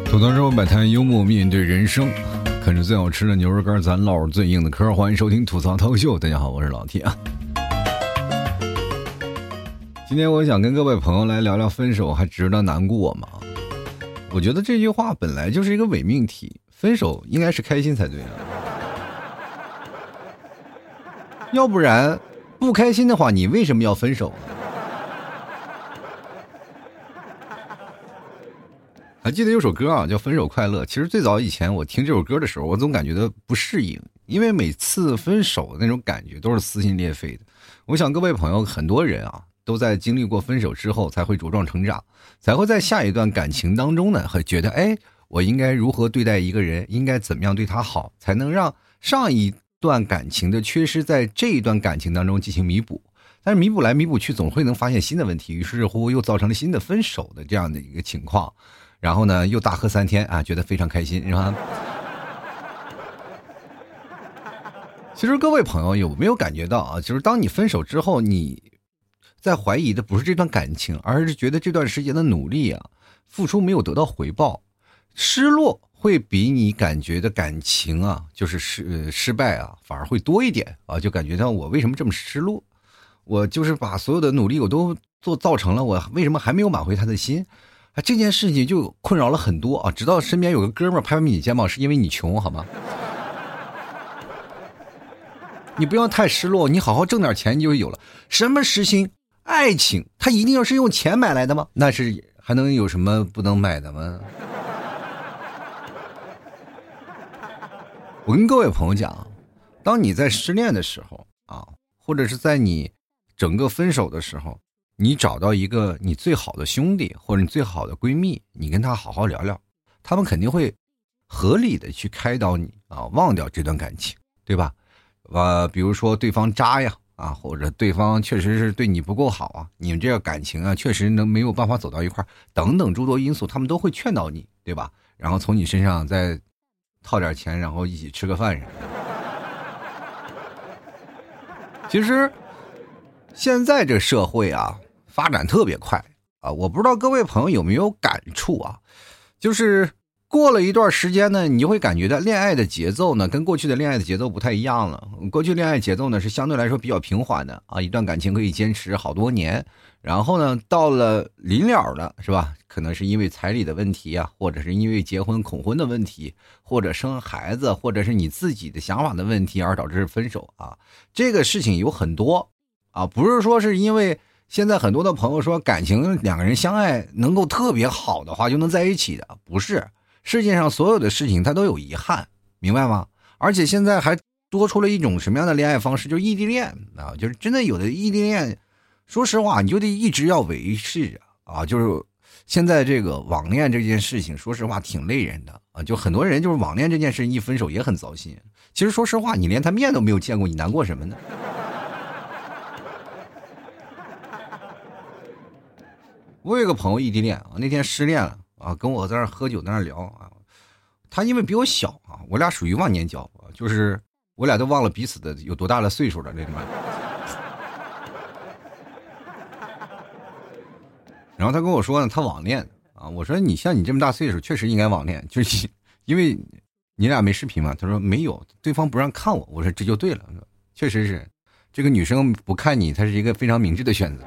吐槽之后摆摊幽默面对人生，看着最好吃的牛肉干，咱唠着最硬的嗑。欢迎收听吐槽涛秀，大家好，我是老 T 啊。今天我想跟各位朋友来聊聊分手还值得难过吗？我觉得这句话本来就是一个伪命题，分手应该是开心才对啊。要不然不开心的话，你为什么要分手呢？还记得有首歌啊，叫《分手快乐》。其实最早以前我听这首歌的时候，我总感觉到不适应，因为每次分手的那种感觉都是撕心裂肺的。我想各位朋友，很多人啊，都在经历过分手之后，才会茁壮成长，才会在下一段感情当中呢，会觉得，我应该如何对待一个人，应该怎么样对他好，才能让上一段感情的缺失在这一段感情当中进行弥补。但是弥补来弥补去，总会能发现新的问题，于是乎又造成了新的分手的这样的一个情况。然后呢，又大喝3天啊，觉得非常开心，是吧？其实各位朋友有没有感觉到啊？就是当你分手之后，你在怀疑的不是这段感情，而是觉得这段时间的努力啊，付出没有得到回报，失落会比你感觉的感情啊，就是失败啊，反而会多一点啊，就感觉到我为什么这么失落？我就是把所有的努力我都造成了，我为什么还没有挽回他的心？这件事情就困扰了很多啊！直到身边有个哥们儿拍拍你肩膀，是因为你穷，好吗？你不要太失落，你好好挣点钱，你就有了。什么实心爱情，它一定要是用钱买来的吗？那是还能有什么不能买的吗？我跟各位朋友讲，当你在失恋的时候啊，或者是在你整个分手的时候，你找到一个你最好的兄弟或者你最好的闺蜜，你跟他好好聊聊，他们肯定会合理的去开导你啊，忘掉这段感情，对吧？比如说对方渣呀啊，或者对方确实是对你不够好啊，你们这个感情啊确实没有办法走到一块等等诸多因素，他们都会劝导你，对吧？然后从你身上再套点钱，然后一起吃个饭什么的。其实现在这社会啊发展特别快啊，我不知道各位朋友有没有感触啊，就是过了一段时间呢，你就会感觉到恋爱的节奏呢跟过去的恋爱的节奏不太一样了。过去恋爱节奏呢是相对来说比较平缓的啊，一段感情可以坚持好多年，然后呢到了临了的是吧，可能是因为彩礼的问题啊，或者是因为结婚恐婚的问题，或者生孩子，或者是你自己的想法的问题而导致分手啊。这个事情有很多啊，不是说是因为现在很多的朋友说感情两个人相爱能够特别好的话就能在一起的，不是。世界上所有的事情它都有遗憾，明白吗？而且现在还多出了一种什么样的恋爱方式，就是异地恋啊，就是真的有的异地恋，说实话你就得一直要维持啊，就是现在这个网恋这件事情，说实话挺累人的啊，就很多人就是网恋这件事一分手也很糟心。其实说实话，你连他面都没有见过，你难过什么呢？我有一个朋友异地恋啊，那天失恋了啊，跟我在那喝酒在那聊啊。他因为比我小啊，我俩属于忘年交啊，就是我俩都忘了彼此的有多大的岁数了，这里面。然后他跟我说呢，他网恋啊，我说你像你这么大岁数，确实应该网恋，就是因为你俩没视频嘛。他说没有，对方不让看我。我说这就对了，确实是，这个女生不看你，她是一个非常明智的选择。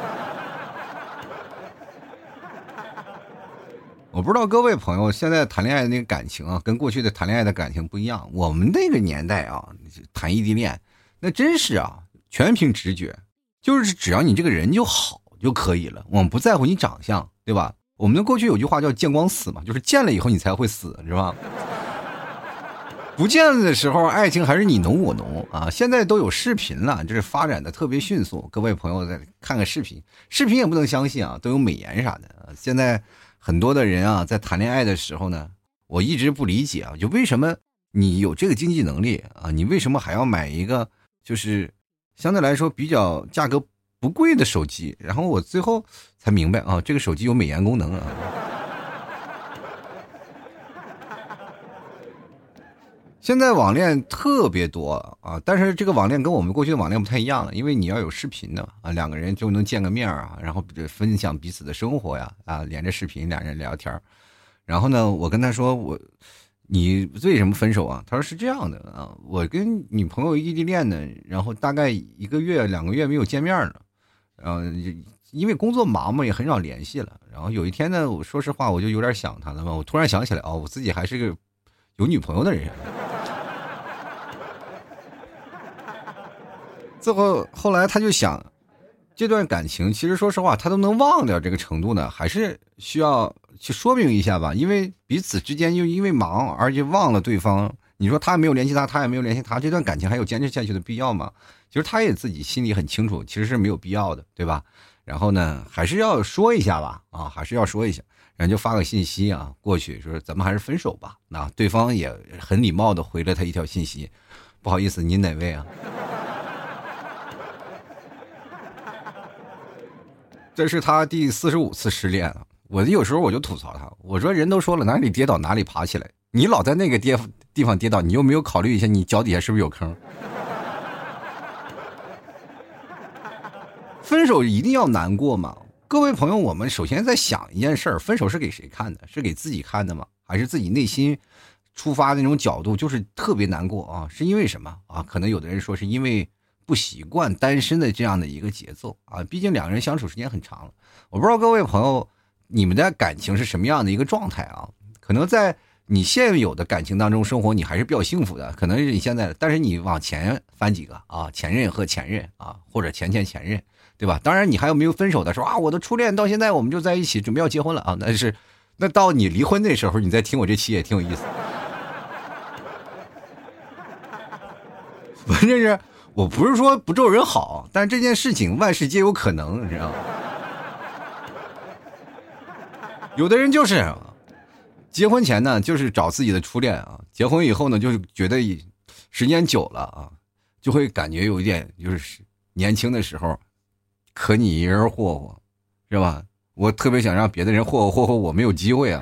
我不知道各位朋友现在谈恋爱的那个感情啊，跟过去的谈恋爱的感情不一样。我们那个年代啊，谈异地恋，那真是啊，全凭直觉，就是只要你这个人就好就可以了，我们不在乎你长相，对吧？我们的过去有句话叫见光死嘛，就是见了以后你才会死，是吧？不见了的时候，爱情还是你侬我侬啊！现在都有视频了，就是发展的特别迅速。各位朋友再看看视频，视频也不能相信啊，都有美颜啥的。现在很多的人啊，在谈恋爱的时候呢，我一直不理解啊，就为什么你有这个经济能力啊，你为什么还要买一个就是相对来说比较价格不贵的手机？然后我最后才明白啊，这个手机有美颜功能啊。现在网恋特别多啊，但是这个网恋跟我们过去的网恋不太一样了，因为你要有视频的啊，两个人就能见个面啊，然后分享彼此的生活呀啊，连着视频两人聊天。 然后呢，我跟他说你为什么分手啊？他说是这样的啊，我跟女朋友异地恋呢，然后大概1个月2个月没有见面了，然后因为工作忙嘛，也很少联系了。然后有一天呢，我说实话，我就有点想他了嘛，我突然想起来，哦，我自己还是个有女朋友的人。后来他就想，这段感情其实说实话，他都能忘掉这个程度呢，还是需要去说明一下吧，因为彼此之间又因为忙而且忘了对方。你说他没有联系他，他也没有联系他，这段感情还有坚持下去的必要吗？其实他也自己心里很清楚，其实是没有必要的，对吧？然后呢，还是要说一下吧，啊，还是要说一下，然后就发个信息啊过去，说咱们还是分手吧。那对方也很礼貌的回了他一条信息，不好意思，您哪位啊？这是他第45次失恋了。我有时候我就吐槽他，我说人都说了哪里跌倒哪里爬起来，你老在那个地方跌倒，你又没有考虑一下你脚底下是不是有坑？分手一定要难过吗？各位朋友，我们首先在想一件事儿，分手是给谁看的？是给自己看的吗？还是自己内心出发的那种角度就是特别难过啊？是因为什么啊？可能有的人说是因为不习惯单身的这样的一个节奏啊，毕竟两个人相处时间很长了。我不知道各位朋友你们的感情是什么样的一个状态啊？可能在你现有的感情当中生活，你还是比较幸福的，可能是你现在，但是你往前翻几个啊，前任和前任啊，或者前任，对吧？当然你还有没有分手的时候啊，我的初恋到现在我们就在一起，准备要结婚了啊，那到你离婚那时候，你再听我这期也挺有意思。反正是我不是说不咒人好，但这件事情万事皆有可能，你知道吗？有的人就是结婚前呢，就是找自己的初恋啊，结婚以后呢，就是觉得时间久了啊，就会感觉有一点就是年轻的时候可你一人霍霍，是吧？我特别想让别的人霍霍，我没有机会啊，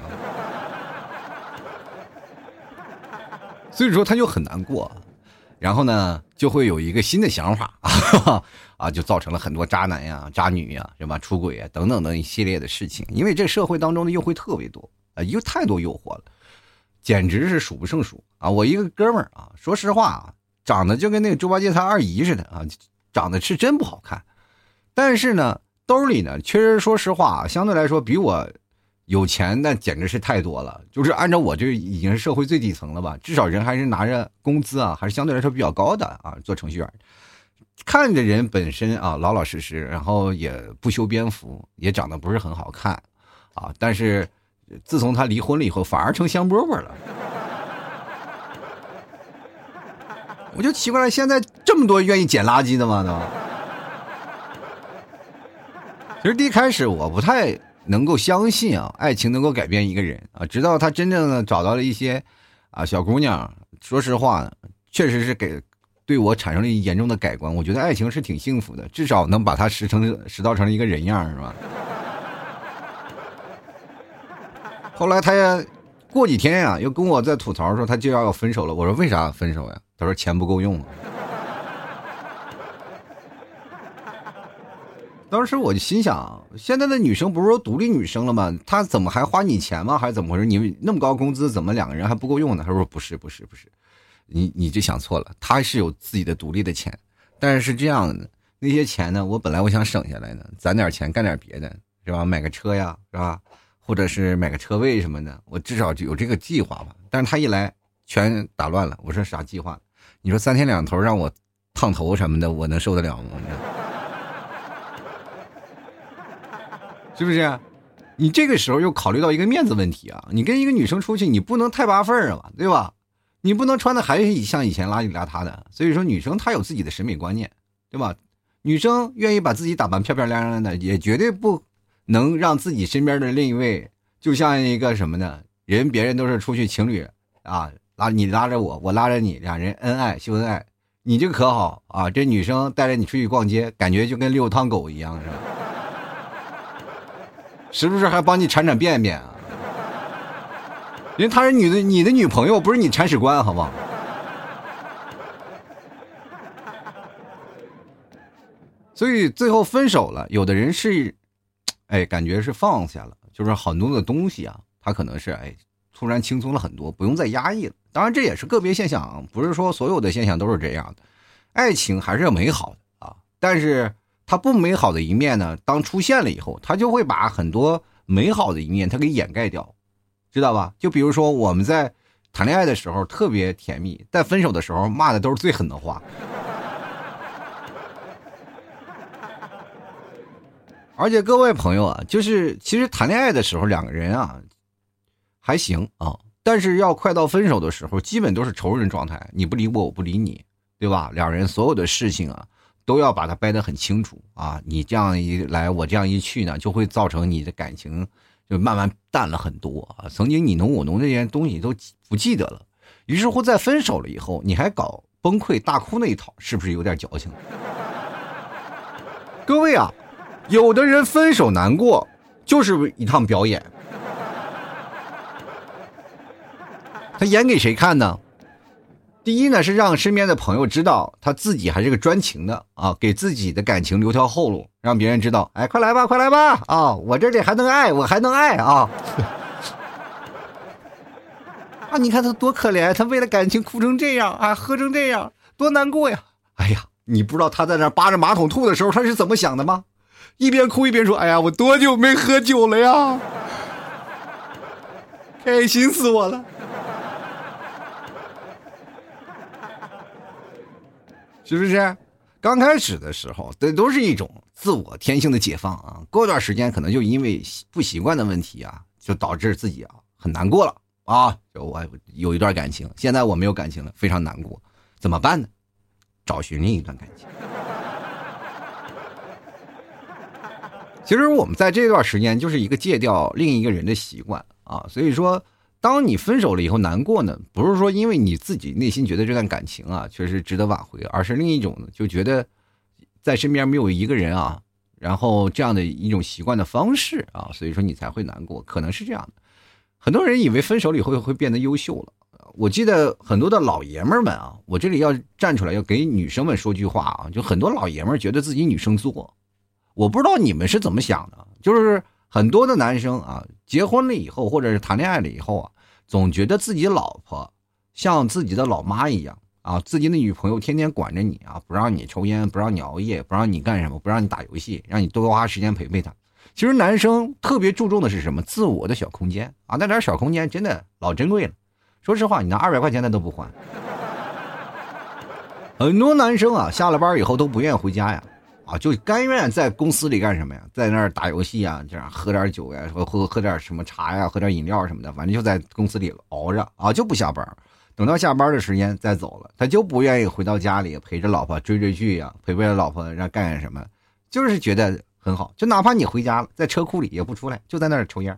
所以说他就很难过。然后呢，就会有一个新的想法啊，就造成了很多渣男呀、渣女呀，是吧？出轨啊等等的一系列的事情。因为这社会当中的诱惑特别多啊，有太多诱惑了，简直是数不胜数啊！我一个哥们儿啊，说实话啊，长得就跟那个猪八戒他二姨似的啊，长得是真不好看，但是呢，兜里呢，确实说实话，相对来说比我有钱，那简直是太多了。就是按照我这已经是社会最底层了吧，至少人还是拿着工资啊，还是相对来说比较高的啊，做程序员。看着人本身啊老老实实，然后也不修边幅，也长得不是很好看啊，但是自从他离婚了以后，反而成香饽饽了。我就奇怪了，现在这么多愿意捡垃圾的吗？其实第一开始我不太能够相信啊，爱情能够改变一个人啊，直到他真正的找到了一些啊小姑娘，说实话，确实是对我产生了严重的改观。我觉得爱情是挺幸福的，至少能把它拾到成一个人样，是吧？后来他也过几天呀，又跟我在吐槽说他就要分手了。我说为啥分手呀？他说钱不够用。当时我就心想，现在的女生不是说独立女生了吗？她怎么还花你钱吗？还是怎么回事？你那么高工资，怎么两个人还不够用呢？他说不是，你这想错了，她是有自己的独立的钱，但是这样的，那些钱呢，我本来我想省下来的，攒点钱干点别的，是吧？买个车呀，是吧？或者是买个车位什么的，我至少有这个计划吧。但是他一来全打乱了，我说啥计划？你说3天2头让我烫头什么的，我能受得了吗？是不是？你这个时候又考虑到一个面子问题啊！你跟一个女生出去，你不能太扒份啊，对吧？你不能穿的还是像以前邋里邋遢的。所以说，女生她有自己的审美观念，对吧？女生愿意把自己打扮漂漂亮亮的，也绝对不能让自己身边的另一位就像一个什么呢？别人都是出去情侣啊，你拉着我，我拉着你，俩人恩爱秀恩爱，你这个可好啊！这女生带着你出去逛街，感觉就跟遛汤狗一样，是吧？是不是还帮你铲便便啊？因为她是你的女朋友，不是你铲屎官，好不好？所以最后分手了，有的人是，感觉是放下了，就是很多的东西啊， 他可能是突然轻松了很多，不用再压抑了。当然这也是个别现象，不是说所有的现象都是这样的。爱情还是美好的啊，但是它不美好的一面呢，当出现了以后，它就会把很多美好的一面它给掩盖掉，知道吧？就比如说我们在谈恋爱的时候特别甜蜜，但分手的时候骂的都是最狠的话。而且各位朋友啊，就是其实谈恋爱的时候两个人啊还行啊，但是要快到分手的时候，基本都是仇人状态，你不理我，我不理你，对吧？两人所有的事情啊，都要把它掰得很清楚啊。你这样一来，我这样一去呢，就会造成你的感情就慢慢淡了很多啊。曾经你侬我侬这些东西都不记得了，于是乎在分手了以后，你还搞崩溃大哭那一套，是不是有点矫情？各位啊，有的人分手难过就是一趟表演，他演给谁看呢？第一呢，是让身边的朋友知道他自己还是个专情的啊，给自己的感情留条后路，让别人知道，快来吧，快来吧啊，我这里还能爱，我还能爱啊。啊，你看他多可怜，他为了感情哭成这样啊，喝成这样，多难过呀！哎呀，你不知道他在那扒着马桶吐的时候他是怎么想的吗？一边哭一边说，哎呀，我多久没喝酒了呀，开心死我了。是不是？刚开始的时候，这都是一种自我天性的解放啊。过段时间可能就因为不习惯的问题啊，就导致自己很难过了啊。就我有一段感情，现在我没有感情了，非常难过，怎么办呢？找寻另一段感情。其实我们在这段时间就是一个戒掉另一个人的习惯啊，所以说。当你分手了以后难过呢，不是说因为你自己内心觉得这段感情啊确实值得挽回，而是另一种呢，就觉得在身边没有一个人啊，然后这样的一种习惯的方式啊，所以说你才会难过，可能是这样的。很多人以为分手了以后会变得优秀了，我记得很多的老爷们们啊，我这里要站出来要给女生们说句话啊，就很多老爷们觉得自己女生作，我不知道你们是怎么想的，就是很多的男生啊，结婚了以后或者是谈恋爱了以后啊，总觉得自己老婆像自己的老妈一样啊，自己的女朋友天天管着你啊，不让你抽烟，不让你熬夜，不让你干什么，不让你打游戏，让你多花时间陪陪他。其实男生特别注重的是什么？自我的小空间啊，那点小空间真的老珍贵了。说实话，你拿200块钱他都不还。很多男生啊，下了班以后都不愿意回家呀。啊，就甘愿在公司里干什么呀？在那儿打游戏啊，这样喝点酒呀，喝点什么茶呀，喝点饮料什么的，反正就在公司里熬着啊，就不下班。等到下班的时间再走了，他就不愿意回到家里陪着老婆追剧呀，陪陪老婆让干什么，就是觉得很好。就哪怕你回家了，在车库里也不出来，就在那儿抽烟，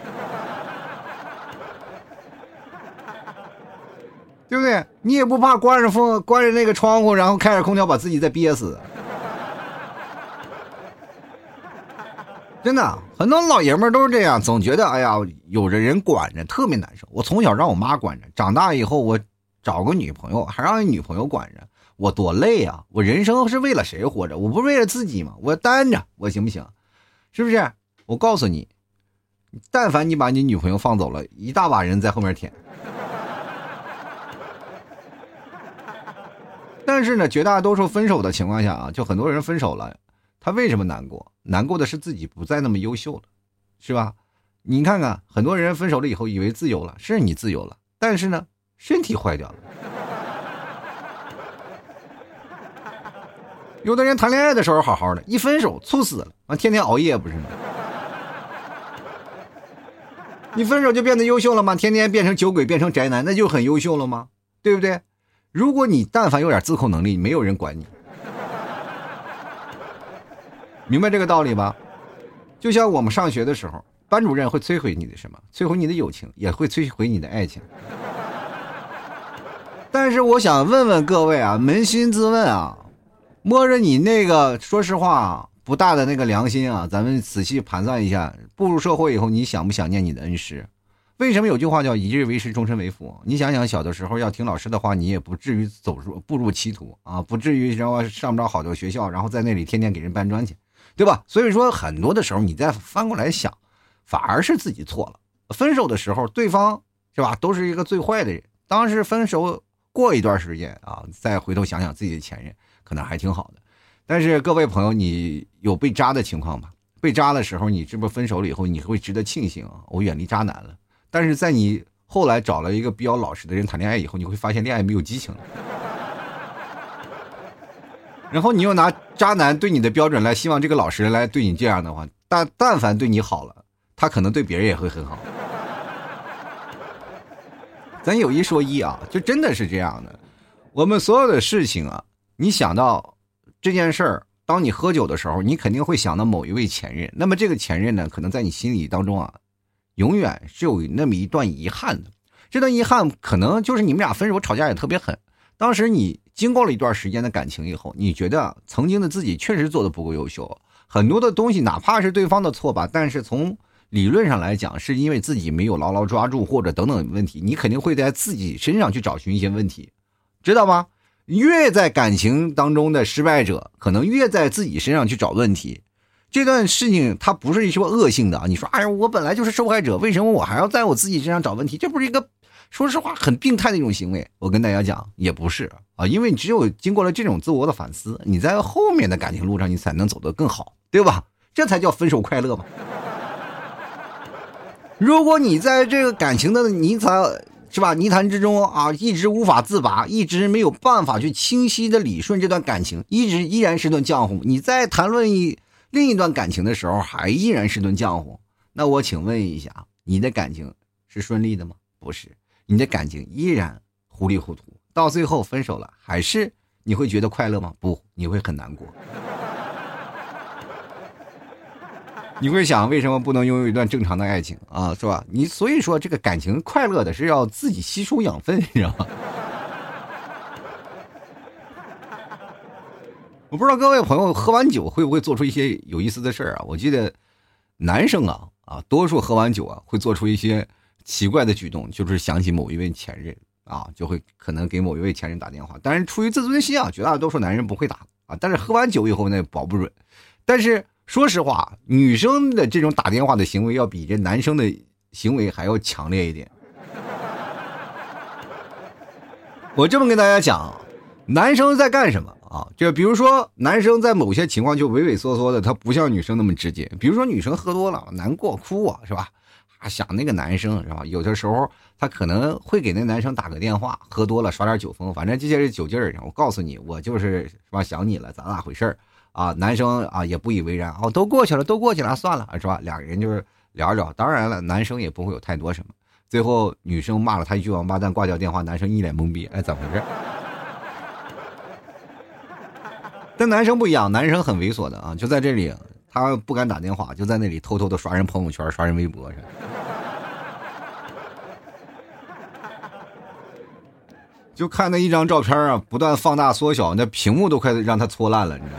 对不对？你也不怕关着风，关着那个窗户，然后开着空调把自己再憋死。真的，很多老爷们都是这样，总觉得哎呀，有着人管着特别难受。我从小让我妈管着，长大以后我找个女朋友，还让女朋友管着，我多累啊！我人生是为了谁活着？我不是为了自己吗？我单着，我行不行？是不是？我告诉你，但凡你把你女朋友放走了，一大把人在后面舔。但是呢，绝大多数分手的情况下啊，就很多人分手了。他为什么难过？难过的是自己不再那么优秀了，是吧？你看看，很多人分手了以后以为自由了，是你自由了，但是呢，身体坏掉了。有的人谈恋爱的时候好好的，一分手猝死了，完天天熬夜不是吗？你分手就变得优秀了吗？天天变成酒鬼，变成宅男，那就很优秀了吗？对不对？如果你但凡有点自控能力，没有人管你。明白这个道理吧？就像我们上学的时候，班主任会摧毁你的什么？摧毁你的友情，也会摧毁你的爱情。但是我想问问各位啊，扪心自问啊，摸着你那个说实话不大的那个良心啊，咱们仔细盘算一下，步入社会以后，你想不想念你的恩师？为什么有句话叫一日为师，终身为父？你想想，小的时候要听老师的话，你也不至于步入歧途啊，不至于然后上不着好的学校，然后在那里天天给人搬砖去。对吧？所以说很多的时候你再翻过来想，反而是自己错了分手的时候对方是吧都是一个最坏的人，当时分手过一段时间啊，再回头想想自己的前任可能还挺好的。但是各位朋友，你有被渣的情况吗？被渣的时候，你是不是分手了以后你会值得庆幸啊，我远离渣男了。但是在你后来找了一个比较老实的人谈恋爱以后，你会发现恋爱没有激情了。然后你又拿渣男对你的标准来希望这个老实人来对你这样的话，但凡对你好了，他可能对别人也会很好。咱有一说一啊，就真的是这样的。我们所有的事情啊，你想到这件事儿，当你喝酒的时候，你肯定会想到某一位前任。那么这个前任呢，可能在你心里当中啊，永远是有那么一段遗憾的。这段遗憾可能就是你们俩分手吵架也特别狠。当时你经过了一段时间的感情以后，你觉得曾经的自己确实做得不够优秀，很多的东西哪怕是对方的错吧，但是从理论上来讲，是因为自己没有牢牢抓住或者等等问题，你肯定会在自己身上去找寻一些问题，知道吗？越在感情当中的失败者，可能越在自己身上去找问题。这段事情它不是说恶性的啊，你说哎呀，我本来就是受害者，为什么我还要在我自己身上找问题？这不是一个说实话很病态的一种行为。我跟大家讲，也不是啊，因为你只有经过了这种自我的反思，你在后面的感情路上你才能走得更好，对吧？这才叫分手快乐嘛。如果你在这个感情的泥潭之中啊，一直无法自拔，一直没有办法去清晰的理顺这段感情，依然是顿浆糊。你在谈论另一段感情的时候，还依然是顿浆糊。那我请问一下，你的感情是顺利的吗？不是，你的感情依然糊里糊涂，到最后分手了，还是你会觉得快乐吗？不，你会很难过。你会想为什么不能拥有一段正常的爱情啊，是吧？你所以说这个感情快乐的是要自己吸收养分，你知道吗？我不知道各位朋友喝完酒会不会做出一些有意思的事儿啊？我记得男生多数喝完酒会做出一些奇怪的举动，就是想起某一位前任啊，就会可能给某一位前任打电话，但是出于自尊心绝大多数男人不会打啊，但是喝完酒以后呢保不准。但是说实话，女生的这种打电话的行为要比这男生的行为还要强烈一点。我这么跟大家讲，男生在干什么啊？就比如说男生在某些情况就畏畏缩缩的，他不像女生那么直接。比如说女生喝多了难过哭是吧？想那个男生是吧？有的时候他可能会给那男生打个电话，喝多了耍点酒疯，反正这些是酒劲儿。我告诉你，我就是是吧想你了，咱俩回事儿。男生也不以为然，都过去了，算了，是吧？两个人就是聊着，当然了，男生也不会有太多什么。最后女生骂了他一句王八蛋，挂掉电话，男生一脸懵逼，哎，怎么回事？但男生不一样，男生很猥琐的就在这里，他不敢打电话，就在那里偷偷的刷人朋友圈，刷人微博是吧？就看那一张照片不断放大缩小，那屏幕都快让他搓烂了，你知道吗？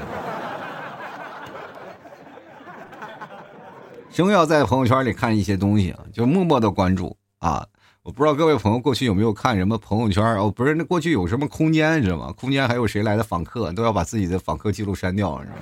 生要在朋友圈里看一些东西就默默的关注我不知道各位朋友过去有没有看什么朋友圈不是，那过去有什么空间知道吗？空间还有谁来的访客都要把自己的访客记录删掉，知道吗？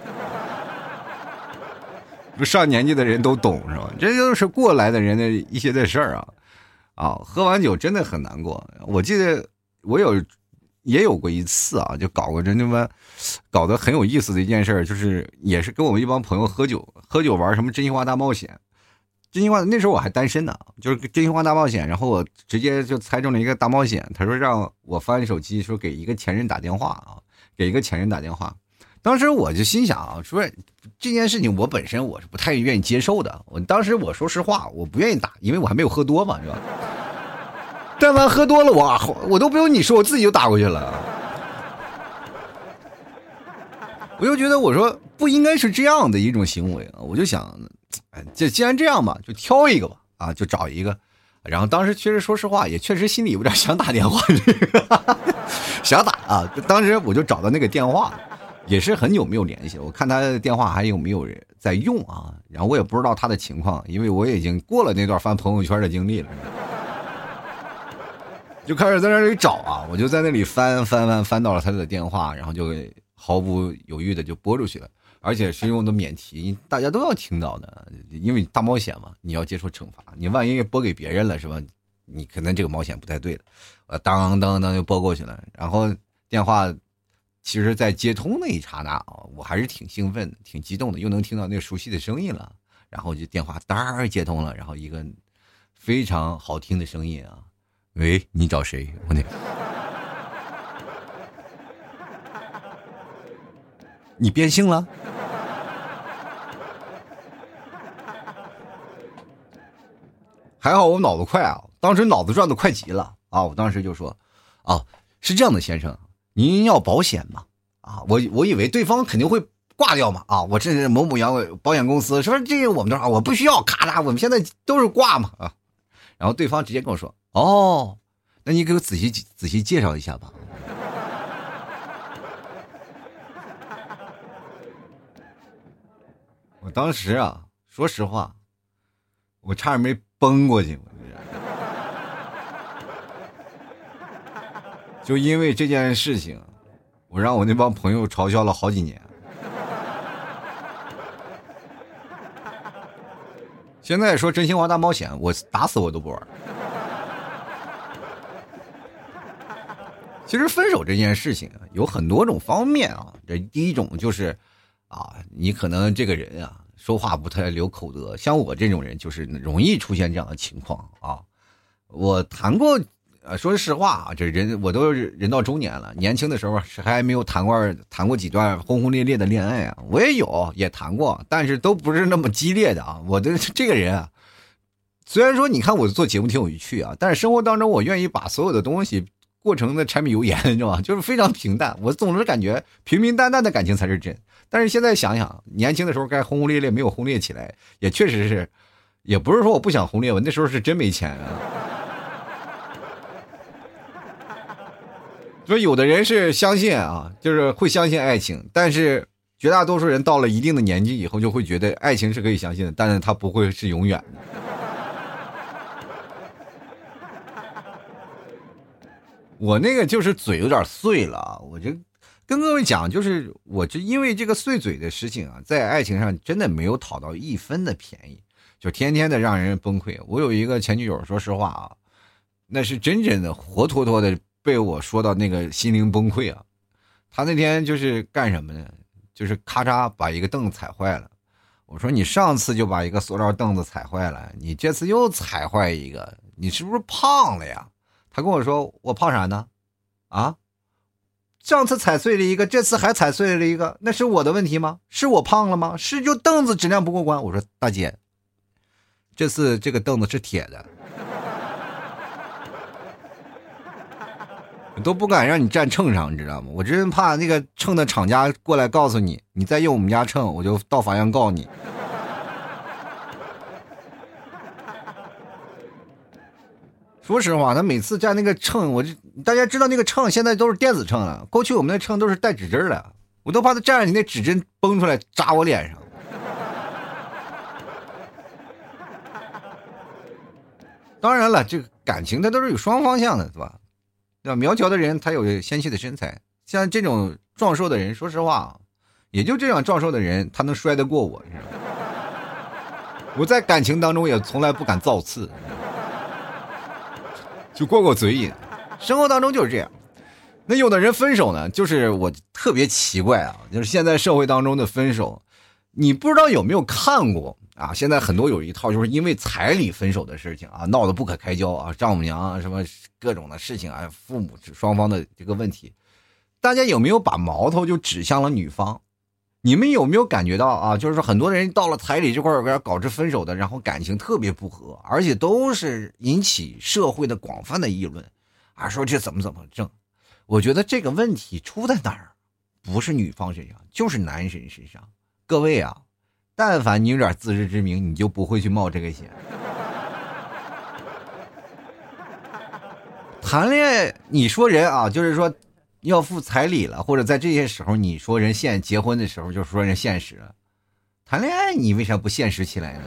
不上年纪的人都懂是吧？这就是过来的人的一些的事儿喝完酒真的很难过。我记得我也有过一次就搞过那么搞得很有意思的一件事，就是也是跟我们一帮朋友喝酒玩什么真心话大冒险。真心话那时候我还单身呢，就是真心话大冒险，然后我直接就猜中了一个大冒险。他说让我翻手机，说给一个前任打电话给一个前任打电话。当时我就心想说这件事情我本身我是不太愿意接受的。我说实话，我不愿意打，因为我还没有喝多嘛，是吧？但凡喝多了我都不用你说，我自己就打过去了。我就觉得我说不应该是这样的一种行为我就想既然这样吧，就挑一个吧就找一个。然后当时确实说实话也确实心里有点想打电话想打当时我就找到那个电话，也是很久没有联系了，我看他的电话还有没有人在用然后我也不知道他的情况，因为我已经过了那段翻朋友圈的经历了。就开始在那里找我就在那里翻到了他的电话，然后就毫不犹豫的就拨出去了。 而且是用的免提，大家都要听到的，因为大冒险嘛，你要接受惩罚，你万一拨给别人了是吧？你可能这个冒险不太对了，当当当就拨过去了，然后电话，其实在接通那一刹那啊，我还是挺兴奋的，挺激动的，又能听到那熟悉的声音了，然后就电话当接通了，然后一个非常好听的声音啊，喂，你找谁？我那。你变性了？还好我脑子快啊，当时脑子转的快极了啊！我当时就说，是这样的，先生，您要保险吗？啊，我以为对方肯定会挂掉嘛啊！我这是某某阳保险公司，说这个我们这我不需要，咔嚓，我们现在都是挂嘛啊！然后对方直接跟我说，哦，那你给我仔细介绍一下吧。我当时啊，说实话，我差点没崩过去。就因为这件事情，我让我那帮朋友嘲笑了好几年。现在说真心话大冒险，我打死我都不玩。其实分手这件事情有很多种方面啊，这第一种就是你可能这个人啊说话不太留口德，像我这种人就是容易出现这样的情况啊。我谈过，说实话啊，这人我都人到中年了，年轻的时候还没有谈过几段轰轰烈烈的恋爱啊。我也谈过，但是都不是那么激烈的啊。我的这个人啊，虽然说你看我做节目挺有趣啊，但是生活当中我愿意把所有的东西过成的柴米油盐，你知道吗？就是非常平淡。我总是感觉平平淡淡的感情才是真。但是现在想想，年轻的时候该轰轰烈烈没有轰烈起来，也确实是，也不是说我不想轰烈，我那时候是真没钱啊。所以有的人是相信啊，就是会相信爱情，但是绝大多数人到了一定的年纪以后，就会觉得爱情是可以相信的，但是它不会是永远的。我那个就是嘴有点碎了，我就跟各位讲，就是我就因为这个碎嘴的事情啊，在爱情上真的没有讨到1分的便宜，就天天的让人崩溃。我有一个前女友，说实话啊，那是真正的活脱脱的被我说到那个心灵崩溃啊。她那天就是干什么呢？就是咔嚓把一个凳子踩坏了。我说你上次就把一个塑料凳子踩坏了，你这次又踩坏一个，你是不是胖了呀？他跟我说我胖啥呢？啊，上次踩碎了一个，这次还踩碎了一个，那是我的问题吗？是我胖了吗？是就凳子质量不过关。我说大姐，这次这个凳子是铁的，我都不敢让你站秤上，你知道吗？我真怕那个秤的厂家过来告诉你，你再用我们家秤，我就到法院告你。说实话，他每次站那个秤，大家知道那个秤现在都是电子秤了，过去我们那秤都是带指针的，我都怕他站上你那指针崩出来扎我脸上。当然了，这个感情它都是有双方向的，对吧？对吧？苗条的人他有纤细的身材，像这种壮硕的人，说实话，也就这样壮硕的人，他能摔得过我，是吧？我在感情当中也从来不敢造次。就过嘴瘾，生活当中就是这样。那有的人分手呢，就是我特别奇怪啊，就是现在社会当中的分手，你不知道有没有看过啊？现在很多有一套就是因为彩礼分手的事情啊，闹得不可开交啊，丈母娘啊什么各种的事情啊，父母双方的这个问题，大家有没有把矛头就指向了女方？你们有没有感觉到啊？就是说很多人到了彩礼这块儿搞致分手的，然后感情特别不和，而且都是引起社会的广泛的议论啊，说这怎么挣？我觉得这个问题出在哪儿？不是女方身上，就是男人身上。各位啊，但凡你有点自知之明，你就不会去冒这个险。谈恋爱，你说人啊，就是说。要付彩礼了，或者在这些时候你说人结婚的时候就说人现实了，谈恋爱你为啥不现实起来呢？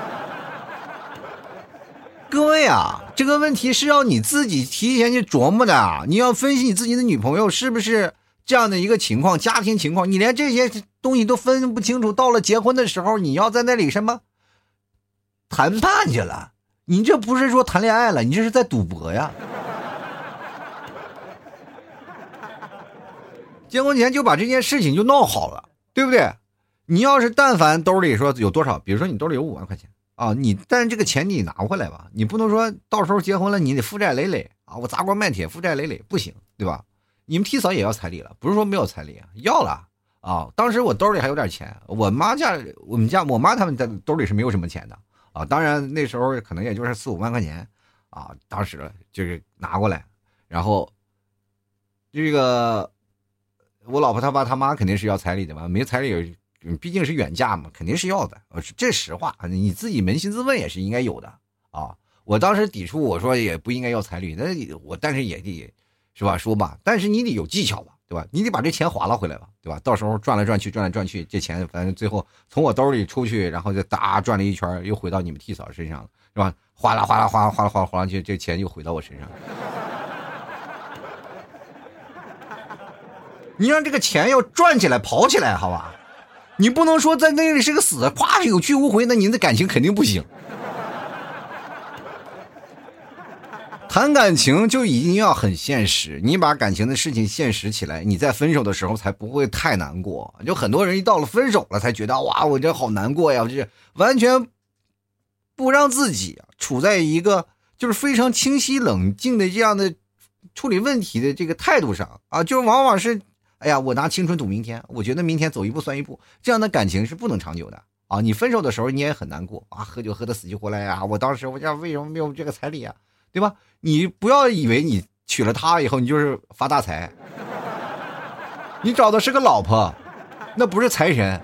各位啊，这个问题是要你自己提前去琢磨的，你要分析你自己的女朋友是不是这样的一个情况，家庭情况，你连这些东西都分不清楚，到了结婚的时候，你要在那里什么谈判去了？你这不是说谈恋爱了，你这是在赌博呀！结婚前就把这件事情就闹好了，对不对？你要是但凡兜里说有多少，比如说你兜里有5万块钱啊，但是这个钱你拿回来吧，你不能说到时候结婚了你得负债累累啊，我砸锅卖铁负债累累不行，对吧？你们替嫂也要彩礼了，不是说没有彩礼啊，要了啊。当时我兜里还有点钱，我妈他们在兜里是没有什么钱的啊。当然那时候可能也就是4-5万块钱啊，当时就是拿过来，然后这个我老婆她爸他妈肯定是要彩礼的嘛，没彩礼毕竟是远嫁嘛，肯定是要的，这实话，你自己扪心自问也是应该有的啊。我当时抵触我说也不应该要彩礼，但是也得是吧说吧，但是你得有技巧吧，对吧？你得把这钱划拉回来吧，对吧？到时候转来转去，这钱反正最后从我兜里出去，然后就转了一圈，又回到你们替嫂身上了，是吧？哗啦哗啦哗啦哗啦哗啦哗啦，这钱又回到我身上了。你让这个钱要转起来跑起来，好吧？你不能说在那里是个死的，咵有去无回，那您的感情肯定不行。谈感情就一定要很现实，你把感情的事情现实起来，你在分手的时候才不会太难过。就很多人一到了分手了才觉得哇，我这好难过呀，就是完全不让自己处在一个就是非常清晰冷静的这样的处理问题的这个态度上啊，就往往是哎呀，我拿青春赌明天，我觉得明天走一步算一步，这样的感情是不能长久的啊。你分手的时候你也很难过啊，喝酒喝得死去活来呀，我当时我这为什么没有这个彩礼啊，对吧？你不要以为你娶了她以后你就是发大财，你找的是个老婆，那不是财神。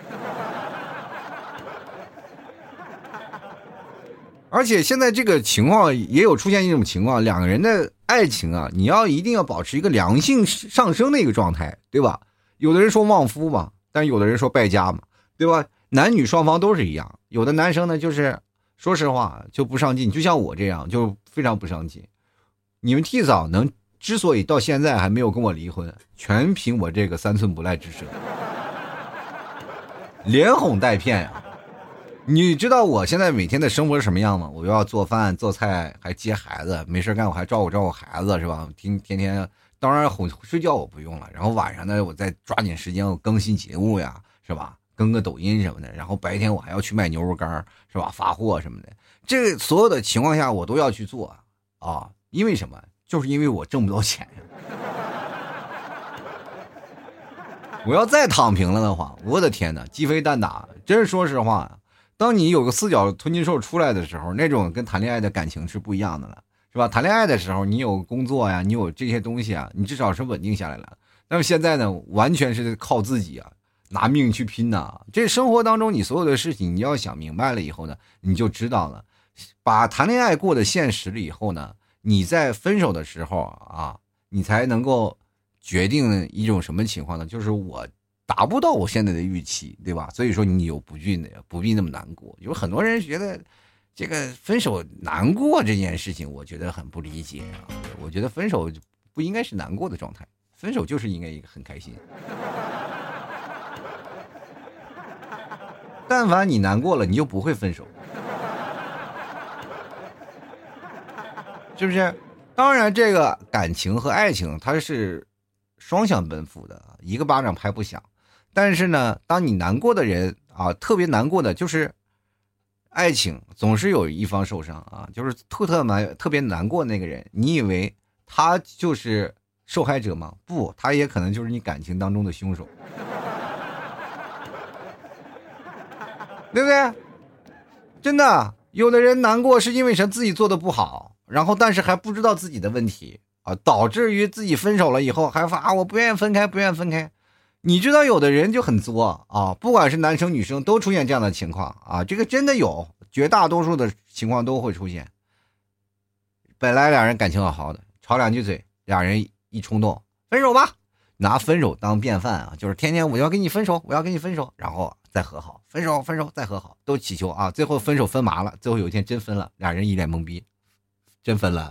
而且现在这个情况也有出现一种情况，两个人的爱情啊，你一定要保持一个良性上升的一个状态，对吧？有的人说旺夫嘛，但有的人说败家嘛，对吧？男女双方都是一样，有的男生呢就是说实话就不上进，就像我这样就非常不上进。你们替嫂之所以到现在还没有跟我离婚，全凭我这个3寸不赖之舌，连哄带骗呀。你知道我现在每天的生活是什么样吗？我要做饭做菜，还接孩子，没事干我还照顾孩子，是吧？天天当然睡觉我不用了，然后晚上呢我再抓紧时间我更新节目呀，是吧？更个抖音什么的，然后白天我还要去卖牛肉干，是吧？发货什么的，这个所有的情况下我都要去做啊，因为什么？就是因为我挣不到钱呀。我要再躺平了的话，我的天哪，鸡飞蛋打！真是说实话，当你有个4脚吞金兽出来的时候，那种跟谈恋爱的感情是不一样的了，是吧？谈恋爱的时候，你有工作呀，你有这些东西啊，你至少是稳定下来了。但是现在呢，完全是靠自己啊，拿命去拼呐！这生活当中你所有的事情，你要想明白了以后呢，你就知道了。把谈恋爱过得现实了以后呢，你在分手的时候啊，你才能够决定一种什么情况呢？就是我达不到我现在的预期，对吧？所以说你有不必那么难过。有很多人觉得这个分手难过这件事情，我觉得很不理解啊。我觉得分手不应该是难过的状态，分手就是应该一个很开心。但凡你难过了，你就不会分手，是不是？当然，这个感情和爱情它是双向奔赴的，一个巴掌拍不响。但是呢，当你难过的人啊，特别难过的就是爱情，总是有一方受伤啊，就是特别难过的那个人，你以为他就是受害者吗？不，他也可能就是你感情当中的凶手，对不对？真的，有的人难过是因为自己做的不好，然后但是还不知道自己的问题啊，导致于自己分手了以后还发我不愿意分开，不愿意分开。你知道有的人就很作啊，不管是男生女生都出现这样的情况啊，这个真的有，绝大多数的情况都会出现。本来两人感情好好的，吵2句嘴，两人一冲动分手吧，拿分手当便饭啊，就是天天我要跟你分手，我要跟你分手，然后再和好，分手再和好，都祈求啊，最后分手分麻了，最后有一天真分了，俩人一脸懵逼，真分了。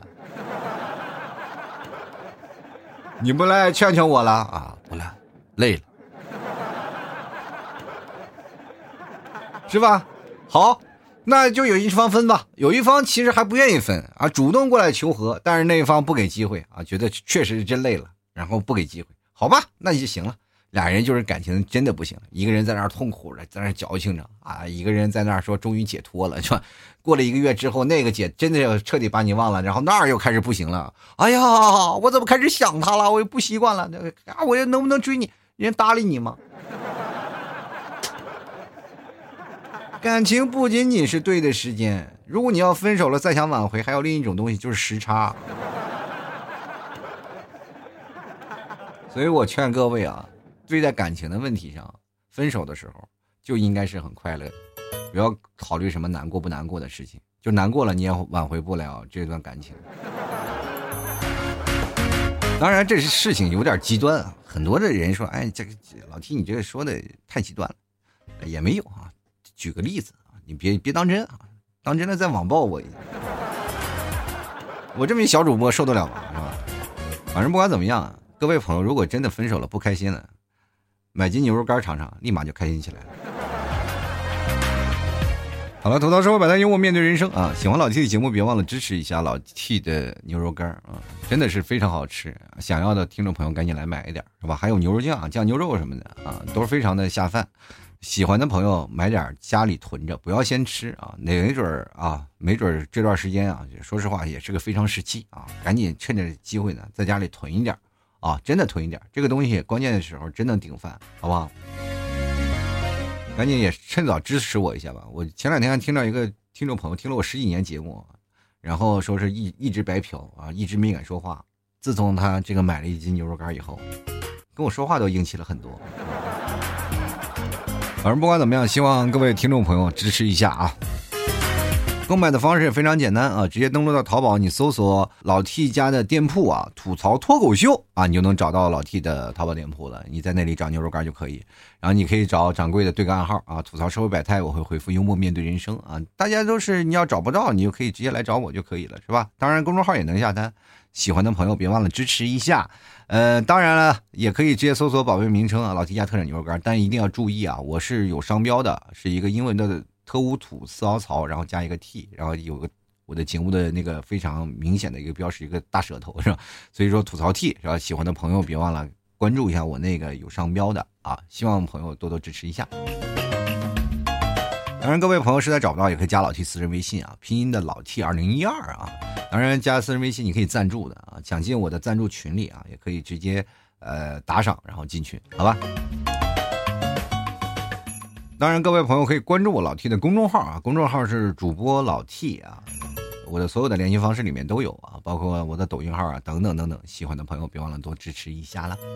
你不来劝劝我了啊？不来，累了。 是吧？好，那就有一方分吧，有一方其实还不愿意分啊，主动过来求和，但是那一方不给机会啊，觉得确实是真累了，然后不给机会，好吧，那就行了。俩人就是感情真的不行了，一个人在那儿痛苦着，在那儿矫情着啊，一个人在那儿说终于解脱了，是吧？过了1个月之后，那个姐真的要彻底把你忘了，然后那儿又开始不行了。哎呀，我怎么开始想他了？我又不习惯了，啊，我又能不能追你？人搭理你吗？感情不仅仅是对的时间，如果你要分手了再想挽回，还有另一种东西就是时差。所以我劝各位啊，对待感情的问题上，分手的时候就应该是很快乐的，不要考虑什么难过不难过的事情，就难过了你也挽回不了这段感情。当然这事情有点极端啊，很多的人说，哎，这个老 T 你这个说的太极端了，也没有啊。举个例子啊，你别当真啊，当真的再网暴我一下，我这么一小主播受得了吗？是吧？反正不管怎么样啊，各位朋友，如果真的分手了不开心了，买斤牛肉干尝尝，立马就开心起来了。好了，吐槽社会百态，幽默面对人生啊！喜欢老 T 的节目，别忘了支持一下老 T 的牛肉干啊，真的是非常好吃。想要的听众朋友赶紧来买一点，是吧？还有牛肉酱、酱牛肉什么的啊，都是非常的下饭。喜欢的朋友买点家里囤着，不要先吃啊，没准这段时间啊，说实话也是个非常时期啊，赶紧趁着机会呢，在家里囤一点啊，真的囤一点，这个东西关键的时候真能顶饭，好不好？赶紧也趁早支持我一下吧。我前2天还听到一个听众朋友听了我10几年节目，然后说是一直白嫖啊，一直没敢说话。自从他这个买了1斤牛肉干以后，跟我说话都硬气了很多。反正不管怎么样，希望各位听众朋友支持一下啊！购买的方式也非常简单啊，直接登录到淘宝，你搜索老 T 家的店铺啊，吐槽脱口秀啊，你就能找到老 T 的淘宝店铺了。你在那里找牛肉干就可以，然后你可以找掌柜的对个暗号啊，吐槽社会百态，我会回复幽默面对人生啊。大家都是你要找不到，你就可以直接来找我就可以了，是吧？当然公众号也能下单，喜欢的朋友别忘了支持一下。当然了，也可以直接搜索宝贝名称啊，老 T 家特产牛肉干，但一定要注意啊，我是有商标的，是一个英文的特乌土四凹槽，然后加一个 T， 然后有个我的节目的那个非常明显的一个标识，一个大舌头，是吧？所以说吐槽 T， 是吧？喜欢的朋友别忘了关注一下我那个有商标的啊，希望朋友多多支持一下。当然各位朋友实在找不到也可以加老 T 私人微信啊，拼音的老 T 2012啊。当然加私人微信你可以赞助的啊，想进我的赞助群里啊，也可以直接打赏然后进群，好吧？当然各位朋友可以关注我老 T 的公众号啊，公众号是主播老 T 啊，我的所有的联系方式里面都有啊，包括我的抖音号啊等等等等，喜欢的朋友别忘了多支持一下啦。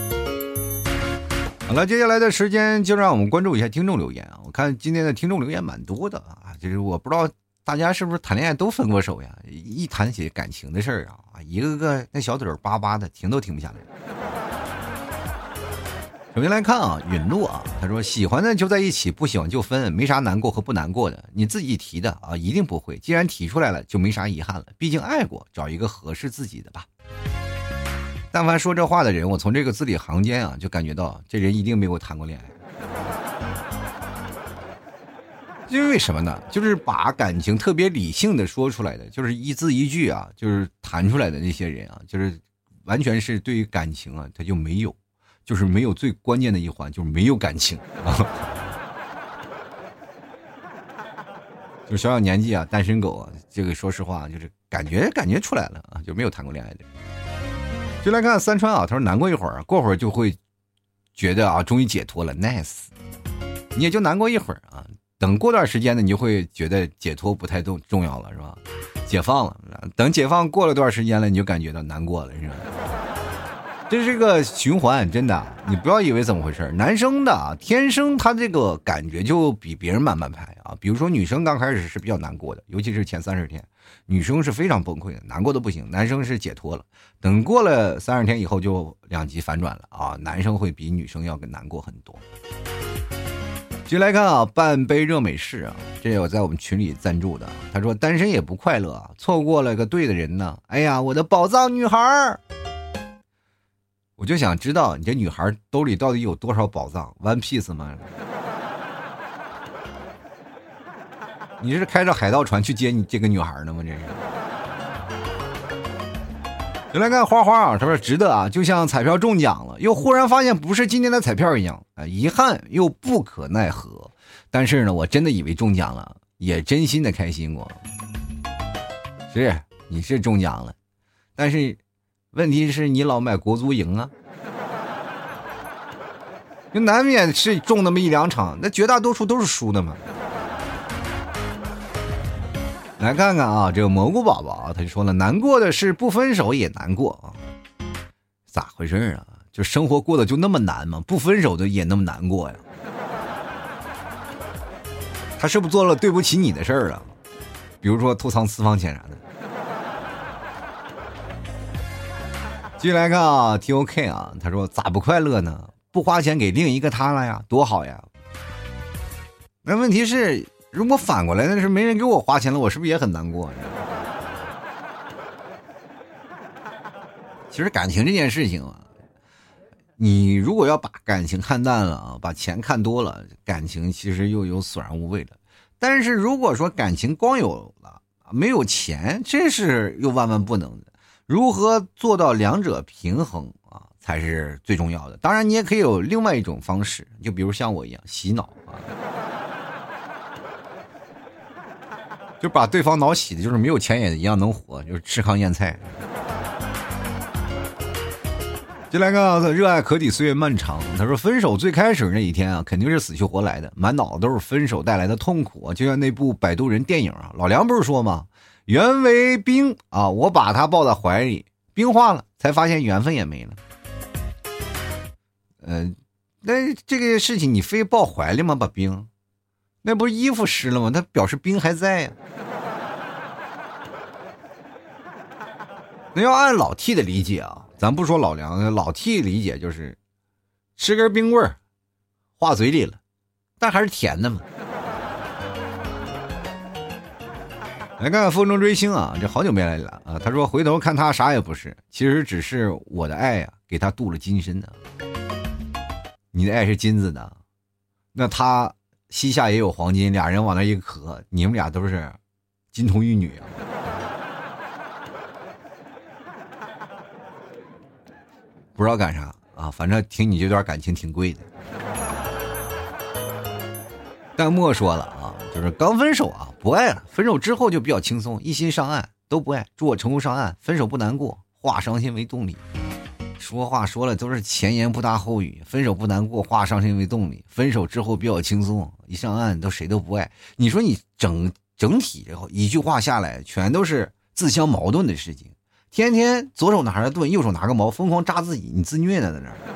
好了，接下来的时间就让我们关注一下听众留言啊！我看今天的听众留言蛮多的啊，就是我不知道大家是不是谈恋爱都分过手呀？一谈起感情的事儿啊，一个个那小嘴巴巴的，停都停不下来。首先来看啊，允诺啊，他说喜欢的就在一起，不喜欢就分，没啥难过和不难过的，你自己提的啊，一定不会。既然提出来了，就没啥遗憾了，毕竟爱过，找一个合适自己的吧。但凡说这话的人，我从这个字里行间啊，就感觉到这人一定没有谈过恋爱。因为什么呢？就是把感情特别理性的说出来的，就是一字一句啊，就是谈出来的那些人啊，就是完全是对于感情啊，他就没有，就是没有最关键的一环，就是没有感情啊。就小小年纪啊，单身狗啊，这个说实话就是感觉出来了啊，就没有谈过恋爱的。就来看三川啊，他说难过一会儿，过会儿就会觉得啊，终于解脱了 ，nice。你也就难过一会儿啊，等过段时间呢，你就会觉得解脱不太重要了，是吧？解放了，等解放过了段时间了，你就感觉到难过了，是吧？这是个循环，真的，你不要以为怎么回事。男生的天生他这个感觉就比别人慢排啊。比如说女生刚开始是比较难过的，尤其是前30天，女生是非常崩溃的，难过的不行。男生是解脱了，等过了30天以后就两极反转了啊，男生会比女生要更难过很多。继续来看啊，半杯热美式啊，这有在我们群里赞助的。他说单身也不快乐啊，错过了个对的人呢。哎呀，我的宝藏女孩！我就想知道你这女孩兜里到底有多少宝藏 ？One Piece 吗？ 你是开着海盗船去接你这个女孩呢吗？这是。就来看花花啊，他说值得啊，就像彩票中奖了，又忽然发现不是今天的彩票一样啊，遗憾又不可奈何。但是呢，我真的以为中奖了，也真心的开心过。是，你是中奖了，但是问题是你老买国足赢啊，就难免是中那么一两场，那绝大多数都是输的嘛。来看看啊，这个蘑菇宝宝啊，他就说了，难过的是不分手也难过啊，咋回事啊？就生活过得就那么难吗？不分手的也那么难过呀？他是不是做了对不起你的事儿了？比如说偷藏私房钱啥的。继续来看啊 ，TOK 啊，他说咋不快乐呢？不花钱给另一个他了呀，多好呀！那问题是，如果反过来，那是没人给我花钱了，我是不是也很难过？其实感情这件事情啊，你如果要把感情看淡了啊，把钱看多了，感情其实又有索然无味了。但是如果说感情光有了没有钱，这是又万万不能的。如何做到两者平衡啊，才是最重要的。当然你也可以有另外一种方式，就比如像我一样洗脑啊，就把对方脑洗的就是没有钱也一样能活，就是吃糠咽菜。就来个热爱可抵岁月漫长，他说分手最开始那一天啊，肯定是死去活来的，满脑子都是分手带来的痛苦啊，就像那部摆渡人电影啊，老梁不是说吗？缘为冰啊，我把他抱在怀里，冰化了，才发现缘分也没了。那这个事情你非抱怀里吗？把冰，那不是衣服湿了吗？它表示冰还在呀。那要按老 T 的理解啊，咱不说老梁，老 T 理解就是吃根冰棍儿化嘴里了，但还是甜的嘛。来看看风中追星啊，这好久没来了啊。他说回头看他啥也不是，其实只是我的爱呀，给他镀了金身的。你的爱是金子的，那他膝下也有黄金，俩人往那一合，你们俩都是金童玉女啊。不知道干啥啊，反正听你这段感情挺贵的。但莫说了啊，就是刚分手啊，不爱了，分手之后就比较轻松，一心上岸，都不爱，祝我成功上岸，分手不难过，化伤心为动力。说话说了都是前言不搭后语，分手不难过，化伤心为动力，分手之后比较轻松，一上岸都谁都不爱。你说你整体一句话下来，全都是自相矛盾的事情。天天左手拿着盾，右手拿个矛，疯狂扎自己，你自虐呢在那儿。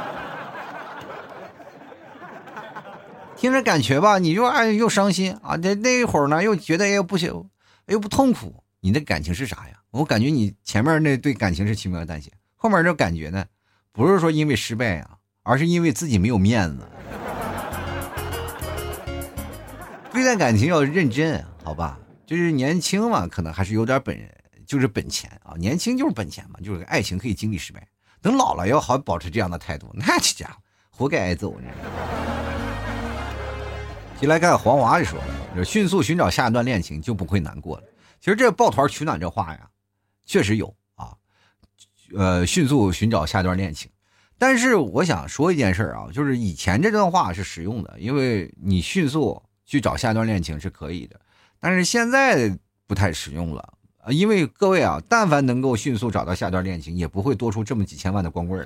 听着感觉吧，你就又伤心啊，那一会儿呢又觉得又不行，又不痛苦。你的感情是啥呀？我感觉你前面那对感情是轻描淡写，后面这感觉呢，不是说因为失败啊，而是因为自己没有面子。对待感情要认真，好吧？就是年轻嘛，可能还是有点本钱啊，年轻就是本钱嘛，就是爱情可以经历失败，等老了要好保持这样的态度，那这家伙活该挨揍。就来看黄华就说了，迅速寻找下一段恋情就不会难过了。其实这抱团取暖这话呀，确实有啊，迅速寻找下一段恋情。但是我想说一件事啊，就是以前这段话是实用的，因为你迅速去找下一段恋情是可以的，但是现在不太实用了。因为各位啊，但凡能够迅速找到下段恋情，也不会多出这么几千万的光棍了。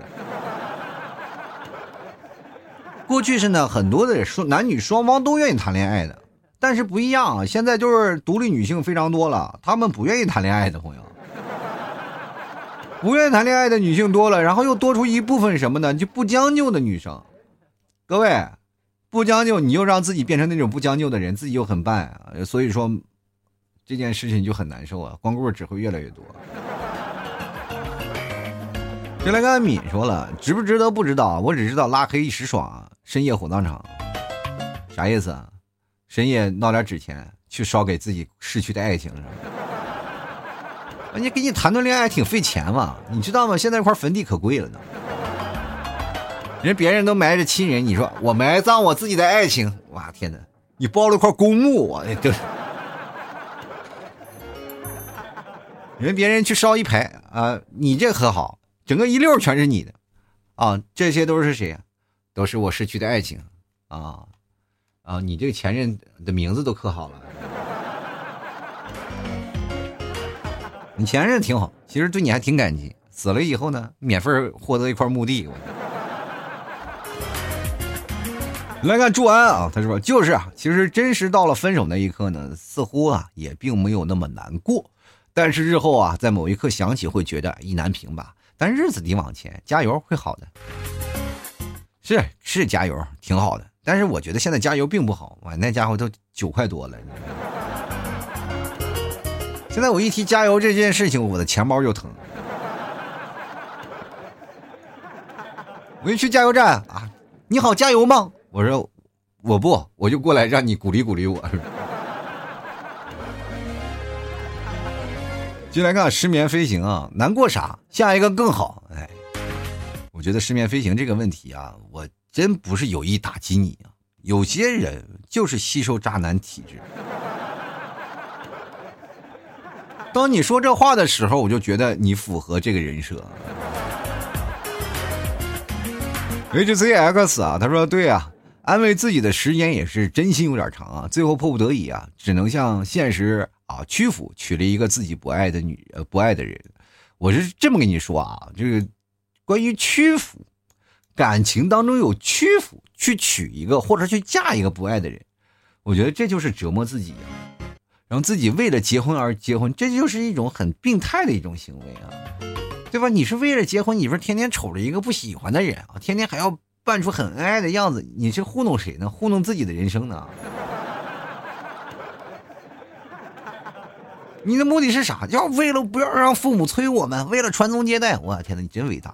过去是呢，很多的男女双方都愿意谈恋爱的，但是不一样啊，现在就是独立女性非常多了，她们不愿意谈恋爱的朋友，不愿意谈恋爱的女性多了，然后又多出一部分什么呢？就不将就的女生。各位，不将就，你又让自己变成那种不将就的人，自己又很笨啊，所以说这件事情就很难受啊，光棍只会越来越多。就来看敏说了，值不值得不知道，我只知道拉黑一时爽，深夜火葬场。啥意思啊？深夜闹点纸钱去烧给自己逝去的爱情是吧？你给你谈段恋爱挺费钱嘛，你知道吗？现在这块坟地可贵了呢。别人都埋着亲人，你说我埋葬我自己的爱情，哇天哪！你包了块公墓，我就是别人去烧一排啊，你这可好，整个一溜全是你的啊，这些都是谁呀？都是我失去的爱情啊啊！你这个前任的名字都刻好了，你前任挺好，其实对你还挺感激，死了以后呢，免费获得一块墓地。来看祝安啊，他说就是啊，其实真实到了分手那一刻呢，似乎啊也并没有那么难过，但是日后啊，在某一刻想起会觉得意难平吧。但日子得往前，加油会好的。是加油，挺好的。但是我觉得现在加油并不好，哇，那家伙都9块多了。现在我一提加油这件事情，我的钱包就疼。我一去加油站啊，你好，加油吗？我说我不，我就过来让你鼓励鼓励我。进来看失眠飞行啊，难过啥？下一个更好。哎，我觉得失眠飞行这个问题啊，我真不是有意打击你啊。有些人就是吸收渣男体质。当你说这话的时候，我就觉得你符合这个人设。HCX 啊，他说对啊，安慰自己的时间也是真心有点长啊，最后迫不得已啊，只能向现实啊屈服，娶了一个自己不爱的人。我是这么跟你说啊，这个关于屈服，感情当中有屈服，去娶一个或者去嫁一个不爱的人，我觉得这就是折磨自己啊，然后自己为了结婚而结婚，这就是一种很病态的一种行为啊，对吧？你是为了结婚，你不是天天瞅着一个不喜欢的人啊，天天还要扮出很恩爱的样子，你是糊弄谁呢？糊弄自己的人生呢？你的目的是啥？要为了不要让父母催我们，为了传宗接代。我天哪，你真伟大！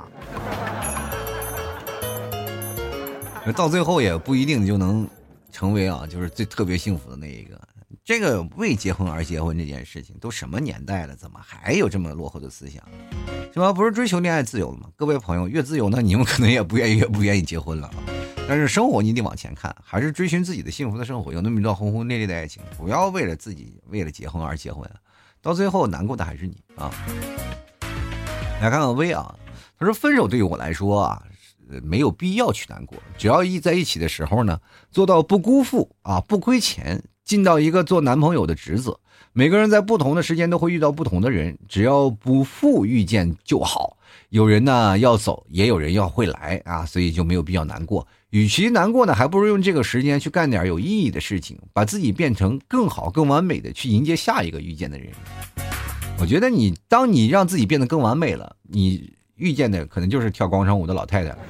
到最后也不一定就能成为啊，就是最特别幸福的那一个。这个为结婚而结婚这件事情，都什么年代了，怎么还有这么落后的思想？是吧？不是追求恋爱自由了吗？各位朋友，越自由呢，你们可能也不愿意结婚了。但是生活你得往前看，还是追寻自己的幸福的生活，有那么一段轰轰烈烈的爱情，不要为了自己为了结婚而结婚，到最后难过的还是你啊。来看看薇啊，他说分手对于我来说啊，没有必要去难过，只要在一起的时候呢，做到不辜负啊，不亏钱，尽到一个做男朋友的职责。每个人在不同的时间都会遇到不同的人，只要不负遇见就好。有人呢要走，也有人要会来啊，所以就没有必要难过。与其难过呢，还不如用这个时间去干点有意义的事情，把自己变成更好更完美的去迎接下一个遇见的人。我觉得当你让自己变得更完美了，你遇见的可能就是跳广场舞的老太太了，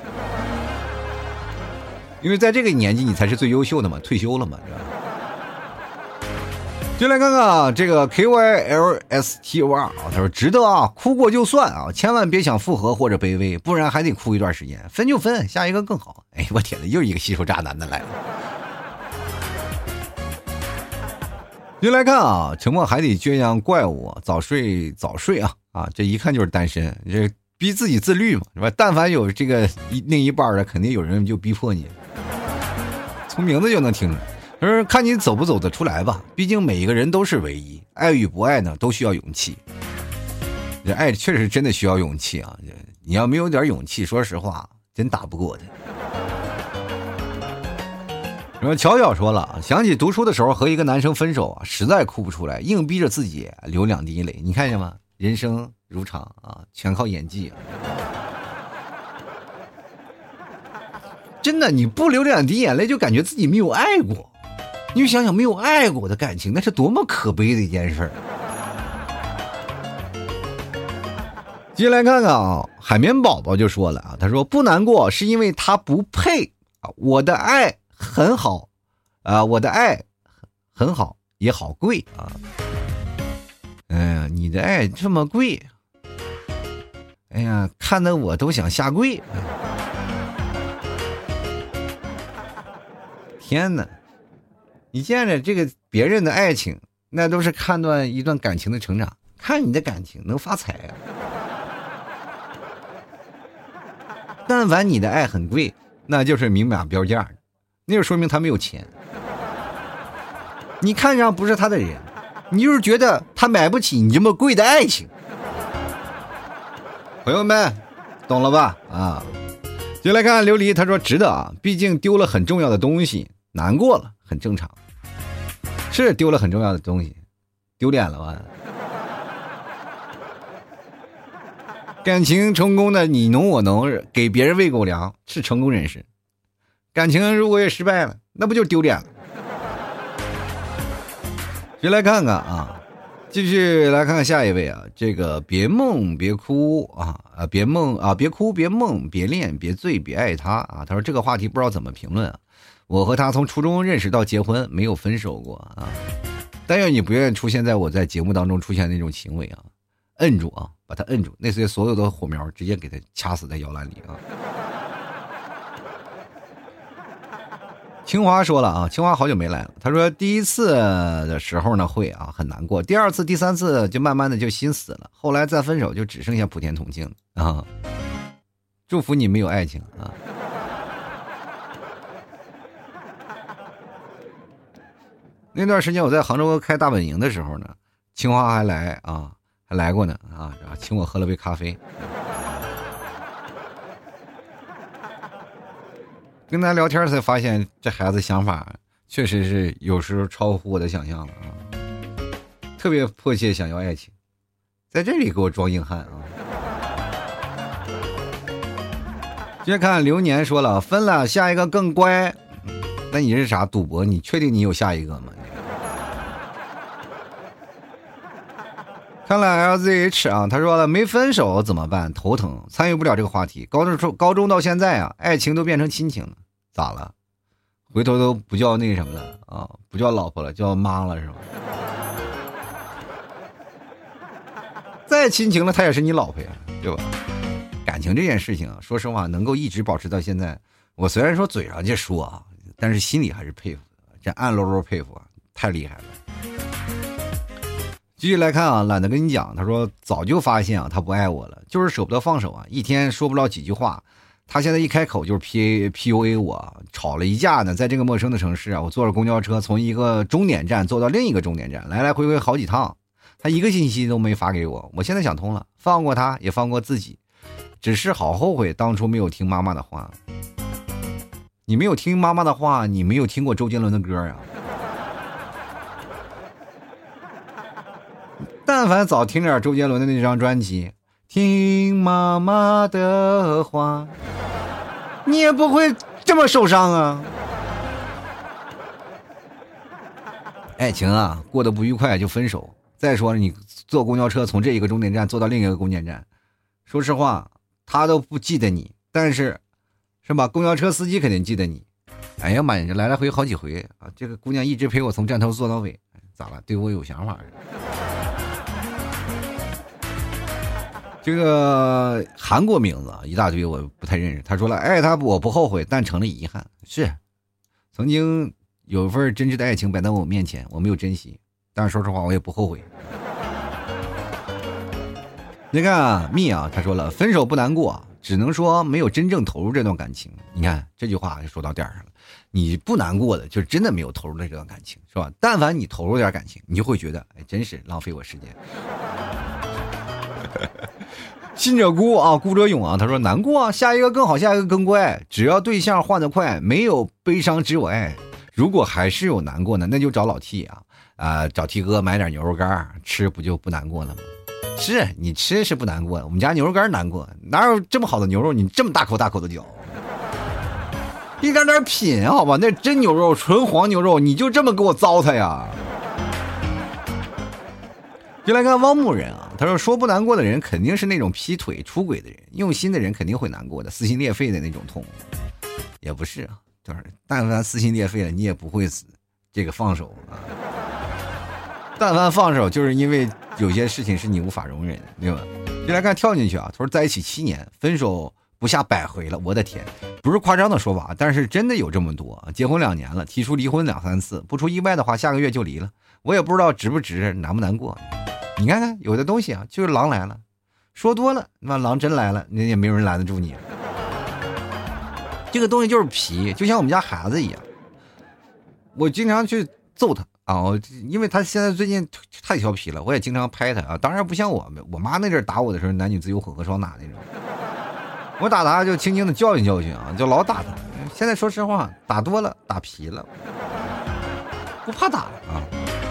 因为在这个年纪你才是最优秀的嘛，退休了嘛，是吧？就来看看啊，这个 KYLSTOR 啊，他说值得啊，哭过就算啊，千万别想复合或者卑微，不然还得哭一段时间，分就分，下一个更好。哎，我天哪，又一个吸收渣男的来了。就来看啊，沉默海底倔强怪物，早睡啊，这一看就是单身，这逼自己自律嘛，是吧？但凡有这个另一半的，肯定有人就逼迫你，从名字就能听出来。看你走不走得出来吧，毕竟每一个人都是唯一，爱与不爱呢都需要勇气。这爱确实真的需要勇气啊，你要没有点勇气，说实话真打不过他。然后巧巧说了，想起读书的时候和一个男生分手啊，实在哭不出来，硬逼着自己流2滴泪。你看见吗？人生如常啊，全靠演技啊。真的，你不流2滴眼泪，就感觉自己没有爱过。你就想想，没有爱过的感情，那是多么可悲的一件事儿。接下来看看啊，海绵宝宝就说了啊，他说不难过是因为他不配啊，我的爱很好啊，我的爱很好也好贵啊。哎呀，你的爱这么贵，哎呀，看得我都想下跪。天哪！你见着这个别人的爱情，那都是看断一段感情的成长，看你的感情能发财啊！但凡你的爱很贵，那就是明码标价的，那就说明他没有钱。你看上不是他的人，你就是觉得他买不起你这么贵的爱情， 朋友们懂了吧？啊，就来看琉璃，他说值得啊，毕竟丢了很重要的东西，难过了很正常，是丢了很重要的东西，丢脸了吧？感情成功的你侬我侬，给别人喂狗粮是成功人士，感情如果也失败了，那不就丢脸了？谁来看看啊？继续来看看下一位啊，这个别梦别哭啊，别梦啊，别哭别梦别恋别醉别爱他啊。他说这个话题不知道怎么评论啊。我和他从初中认识到结婚，没有分手过啊。但愿你不愿意出现在我在节目当中出现那种行为啊，摁住啊，把他摁住，那些所有的火苗直接给他掐死在摇篮里啊。清华说了啊，清华好久没来了。他说第一次的时候呢会啊很难过，第二次、第三次就慢慢的就心死了，后来再分手就只剩下普天同庆啊。祝福你没有爱情啊。那段时间我在杭州开大本营的时候呢，清华还来啊，还来过呢啊，然后请我喝了杯咖啡。跟他聊天才发现，这孩子想法确实是有时候超乎我的想象了啊！特别迫切想要爱情，在这里给我装硬汉啊！接着看流年说了，分了，下一个更乖。那你是啥赌博？你确定你有下一个吗？看了 LZH 啊，他说了没分手怎么办？头疼，参与不了这个话题。高中到现在啊，爱情都变成亲情了，咋了？回头都不叫那什么了啊，不叫老婆了，叫妈了是吧？再亲情了，她也是你老婆呀，对吧？感情这件事情啊，说实话，能够一直保持到现在，我虽然说嘴上就说啊，但是心里还是佩服，这暗搂搂佩服啊，太厉害了。继续来看啊，懒得跟你讲。他说早就发现啊，他不爱我了，就是舍不得放手啊，一天说不了几句话。他现在一开口就是 PUA 我，吵了一架呢。在这个陌生的城市啊，我坐着公交车从一个终点站坐到另一个终点站，来来回回好几趟。他一个信息都没发给我。我现在想通了，放过他也放过自己，只是好后悔当初没有听妈妈的话。你没有听妈妈的话，你没有听过周杰伦的歌啊。但凡早听点周杰伦的那张专辑，听妈妈的话，你也不会这么受伤啊。爱情啊，过得不愉快就分手。再说你坐公交车从这一个终点站坐到另一个终点站，说实话他都不记得你，但是是吧，公交车司机肯定记得你。哎呀妈呀，这来来回好几回啊，这个姑娘一直陪我从站头坐到尾，咋了？对我有想法？这个韩国名字啊，一大堆我不太认识。他说了，爱他我不后悔，但成了遗憾。是，曾经有一份真挚的爱情摆在我面前，我没有珍惜，但是说实话，我也不后悔。你看啊，蜜啊，他说了，分手不难过，只能说没有真正投入这段感情。你看这句话就说到点上了，你不难过的，就真的没有投入这段感情，是吧？但凡你投入点感情，你就会觉得，哎，真是浪费我时间。信者孤啊，孤者勇啊。他说难过啊，下一个更好，下一个更乖，只要对象换得快，没有悲伤只有爱。如果还是有难过的，那就找老 T 啊，找 T 哥买点牛肉干吃，不就不难过了吗？是你吃是不难过，我们家牛肉干难过，哪有这么好的牛肉你这么大口大口的嚼？一点点品好吧，那真牛肉，纯黄牛肉，你就这么给我糟蹋呀？就来看汪牧人啊，他说不难过的人肯定是那种劈腿出轨的人，用心的人肯定会难过的，撕心裂肺的那种痛。也不是啊，就是但凡撕心裂肺了，你也不会这个放手啊。但凡放手，就是因为有些事情是你无法容忍，对吧？就来看跳进去啊，他说在一起7年，分手不下100回了，我的天，不是夸张的说法，但是真的有这么多。结婚2年了，提出离婚2、3次，不出意外的话，下个月就离了。我也不知道值不值，难不难过。你看看，有的东西啊，就是狼来了，说多了，那狼真来了，那也没有人拦得住你。这个东西就是皮，就像我们家孩子一样，我经常去揍他啊，因为他现在最近太调皮了，我也经常拍他啊。当然不像我妈那阵打我的时候，男女自由混合双打那种。我打他就轻轻的教训教训啊，就老打他。现在说实话，打多了，打皮了，不怕打了啊。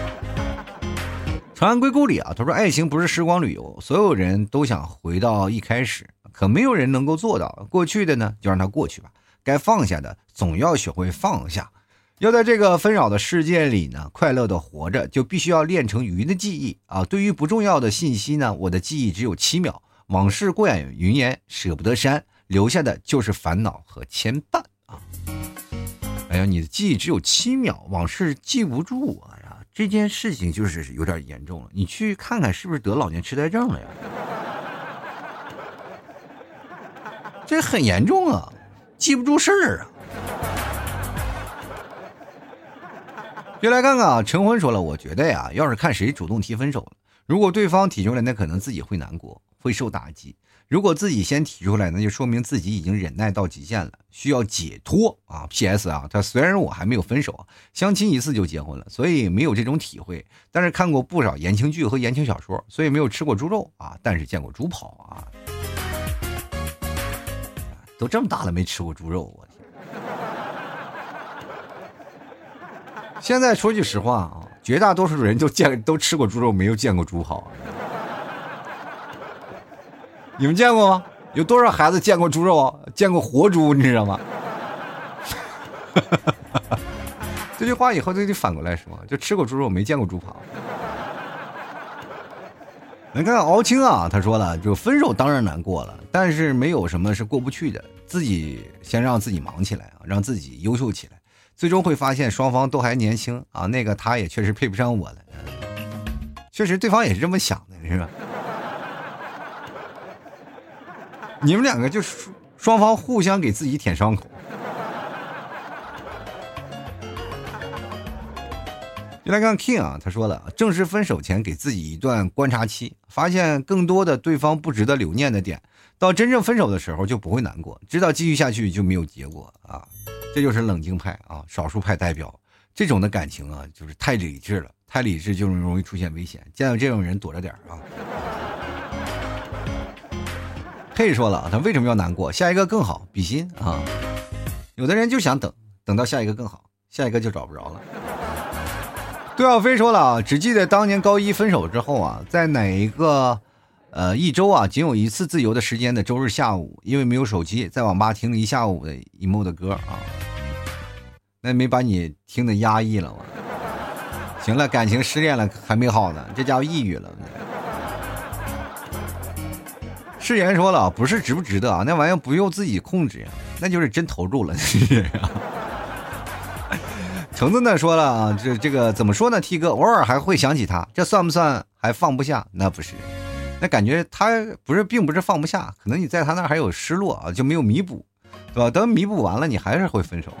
长安归故里啊，他说爱情不是时光旅游，所有人都想回到一开始，可没有人能够做到。过去的呢，就让它过去吧，该放下的总要学会放下。要在这个纷扰的世界里呢，快乐的活着，就必须要练成鱼的记忆啊。对于不重要的信息呢，我的记忆只有7秒，往事过眼云烟，舍不得删，留下的就是烦恼和牵绊啊。哎呀，你的记忆只有7秒，往事记不住啊呀，这件事情就是有点严重了，你去看看是不是得老年痴呆症了呀？这很严重啊，记不住事儿啊。别来看看啊，陈婚说了，我觉得呀，要是看谁主动提分手了，如果对方提出来，那可能自己会难过，会受打击；如果自己先提出来，那就说明自己已经忍耐到极限了，需要解脱啊。PS 啊，他虽然我还没有分手啊，相亲一次就结婚了，所以没有这种体会，但是看过不少言情剧和言情小说，所以没有吃过猪肉啊，但是见过猪跑啊。都这么大了没吃过猪肉，我天！现在说句实话啊，绝大多数人都吃过猪肉，没有见过猪跑。你们见过吗？有多少孩子见过猪肉啊？见过活猪，你知道吗？这句话以后就得反过来说，就吃过猪肉，没见过猪跑。来看看敖青啊，他说了，就分手当然难过了，但是没有什么是过不去的，自己先让自己忙起来啊，让自己优秀起来，最终会发现双方都还年轻啊，那个他也确实配不上我了，确实对方也是这么想的，是吧？你们两个就是双方互相给自己舔伤口。就来看 King 啊，他说了，正式分手前给自己一段观察期，发现更多的对方不值得留念的点，到真正分手的时候就不会难过，知道继续下去就没有结果啊。这就是冷静派啊，少数派代表。这种的感情啊，就是太理智了，太理智就容易出现危险，见到这种人躲着点啊。佩说了，他为什么要难过？下一个更好，比心啊。有的人就想等到下一个更好，下一个就找不着了。杜小飞说了啊，只记得当年高一分手之后啊，在哪一个一周啊仅有一次自由的时间的周日下午，因为没有手机，在网吧听了一下午的 emo 的歌啊，那没把你听得压抑了吗？行了，感情失恋了还没好呢，这家伙抑郁了。誓言说了，不是值不值得啊，那玩意儿不用自己控制，那就是真投入了。橙子呢说了啊，这个怎么说呢 ？T 哥偶尔还会想起他，这算不算还放不下？那不是，那感觉他并不是放不下，可能你在他那儿还有失落啊，就没有弥补，对吧？等弥补完了，你还是会分手。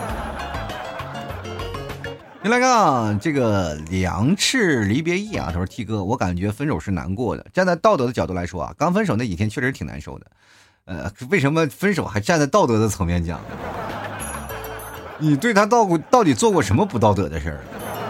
你来看啊，这个梁翅离别意啊，他说 T 哥，我感觉分手是难过的，站在道德的角度来说啊，刚分手那几天确实挺难受的。为什么分手还站在道德的层面讲？你对他到底做过什么不道德的事儿？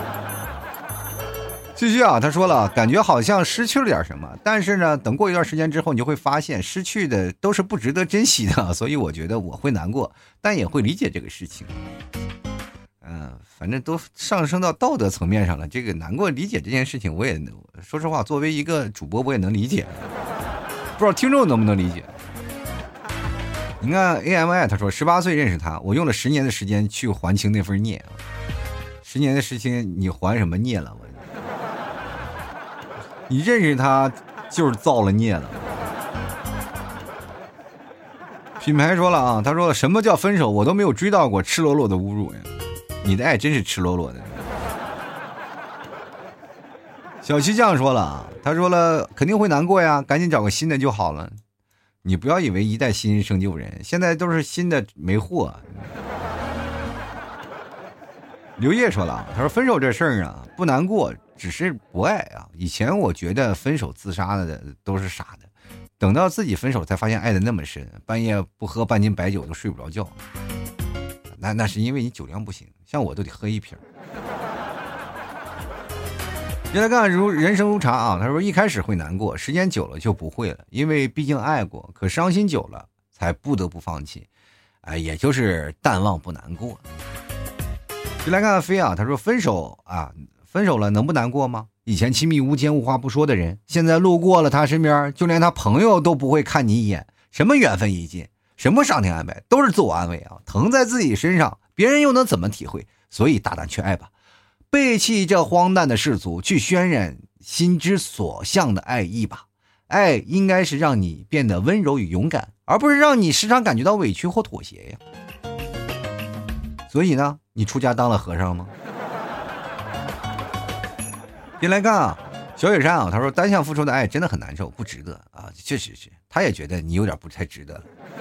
继续啊，他说了，感觉好像失去了点什么，但是呢，等过一段时间之后，你就会发现失去的都是不值得珍惜的，所以我觉得我会难过，但也会理解这个事情。反正都上升到道德层面上了，这个难过理解这件事情，我也说实话，作为一个主播，我也能理解，不知道听众能不能理解。你看 AMI 他说18岁认识他，我用了10年的时间去还清那份孽，10年的时间你还什么孽了？你认识他就是造了孽了。品牌说了啊，他说什么叫分手，我都没有追到过，赤裸裸的侮辱呀！你的爱真是赤裸裸的。小西酱说了啊，他说了肯定会难过呀，赶紧找个新的就好了。你不要以为一代新人胜旧人，现在都是新的没货。刘烨说了，他说分手这事儿啊，不难过，只是不爱啊。以前我觉得分手自杀的都是傻的，等到自己分手才发现爱的那么深，半夜不喝半斤白酒都睡不着觉。那是因为你酒量不行，像我都得喝1瓶。 原来看人生如茶啊，他说一开始会难过，时间久了就不会了，因为毕竟爱过，可伤心久了才不得不放弃，也就是淡忘不难过。就来看看飞啊，他说分手了能不难过吗？以前亲密无间无话不说的人，现在路过了他身边，就连他朋友都不会看你一眼，什么缘分已尽，什么上天安排，都是自我安慰啊，疼在自己身上，别人又能怎么体会？所以大胆去爱吧，背弃这荒诞的世俗，去渲染心之所向的爱意吧。爱应该是让你变得温柔与勇敢，而不是让你时常感觉到委屈或妥协呀。所以呢，你出家当了和尚吗？进来看啊，小雪山啊，他说单向付出的爱真的很难受，不值得啊，确实是，他也觉得你有点不太值得了，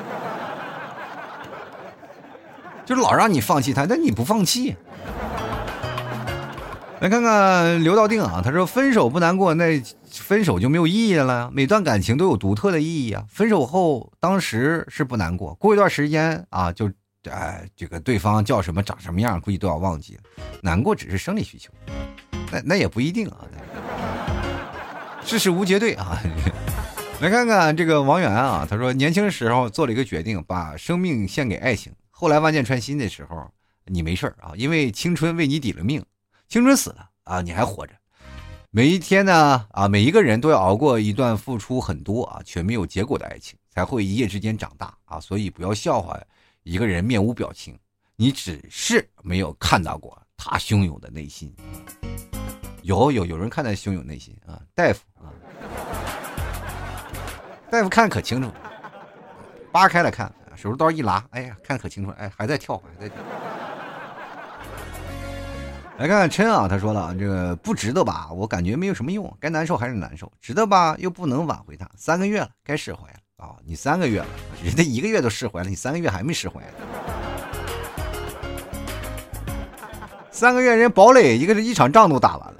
就是老让你放弃他，但你不放弃。来看看刘道定啊，他说分手不难过，那分手就没有意义了。每段感情都有独特的意义啊。分手后当时是不难过，过一段时间啊，就这个对方叫什么长什么样，估计都要忘记了。难过只是生理需求，那也不一定啊。世事无绝对啊。来看看这个王源啊，他说年轻的时候做了一个决定，把生命献给爱情。后来万箭穿心的时候，你没事啊，因为青春为你抵了命。青春死了啊，你还活着。每一天呢每一个人都要熬过一段付出很多却没有结果的爱情，才会一夜之间长大所以不要笑话一个人面无表情，你只是没有看到过他汹涌的内心。有人看到汹涌内心大夫大夫看可清楚，扒开了看，手术刀一拉，哎呀，看可清楚，还在跳，还在跳。来看看琛啊，他说了，这个不值得吧？我感觉没有什么用，该难受还是难受，值得吧？又不能挽回他，3个月了，该释怀了你3个月了，人家1个月都释怀了，你3个月还没释怀呢。3个月人堡垒一场仗都打完了。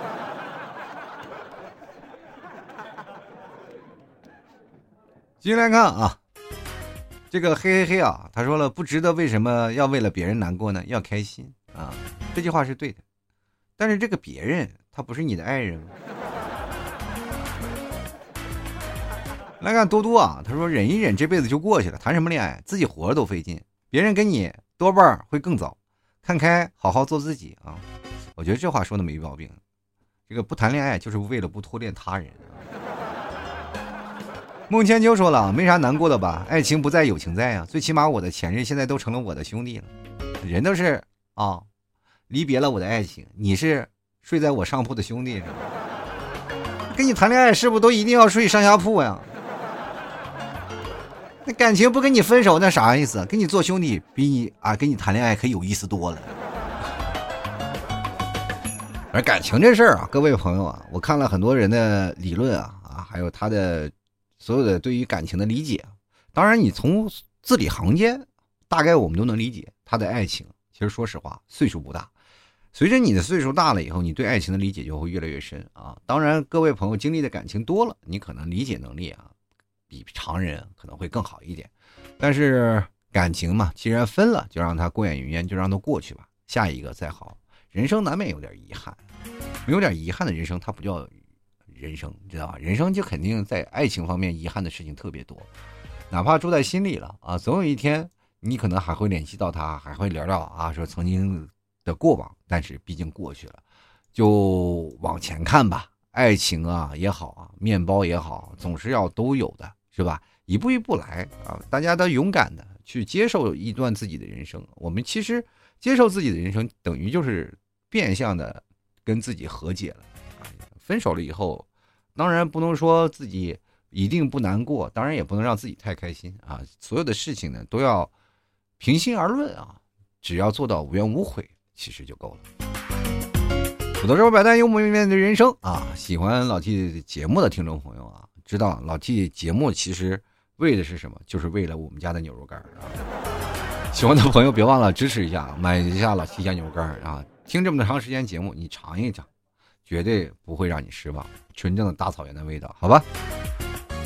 继续来看啊，这个嘿啊，他说了不值得，为什么要为了别人难过呢？要开心这句话是对的，但是这个别人他不是你的爱人吗？来看多多啊，他说忍一忍这辈子就过去了，谈什么恋爱，自己活着都费劲，别人跟你多半会更早，看开好好做自己我觉得这话说的没毛病，这个不谈恋爱就是为了不拖累他人。孟千秋说了，没啥难过的吧，爱情不在有情在最起码我的前任现在都成了我的兄弟了，人都是离别了我的爱情，你是睡在我上铺的兄弟是吧？跟你谈恋爱是不是都一定要睡上下铺呀？那感情不跟你分手那啥意思？跟你做兄弟比你跟你谈恋爱可有意思多了。而感情这事儿各位朋友我看了很多人的理论还有他的所有的对于感情的理解当然你从字里行间大概我们都能理解他的爱情。其实说实话，岁数不大，随着你的岁数大了以后，你对爱情的理解就会越来越深当然各位朋友经历的感情多了，你可能理解能力比常人可能会更好一点。但是感情嘛，既然分了，就让它过眼云烟，就让它过去吧，下一个再好。人生难免有点遗憾，没有点遗憾的人生它不叫人生，知道吧？人生就肯定在爱情方面遗憾的事情特别多，哪怕住在心里了总有一天你可能还会联系到他，还会聊聊说曾经的过往，但是毕竟过去了，就往前看吧。爱情也好面包也好，总是要都有的，是吧？一步一步来大家都勇敢的去接受一段自己的人生。我们其实接受自己的人生，等于就是变相的跟自己和解了分手了以后，当然不能说自己一定不难过，当然也不能让自己太开心所有的事情呢都要平心而论只要做到无怨无悔，其实就够了。土豆说百态幽默面对人生喜欢老 T 节目的听众朋友知道老 T 节目其实为的是什么？就是为了我们家的牛肉干喜欢的朋友别忘了支持一下，买一下老 T 家牛肉干听这么长时间节目，你尝一尝，绝对不会让你失望，纯正的大草原的味道，好吧？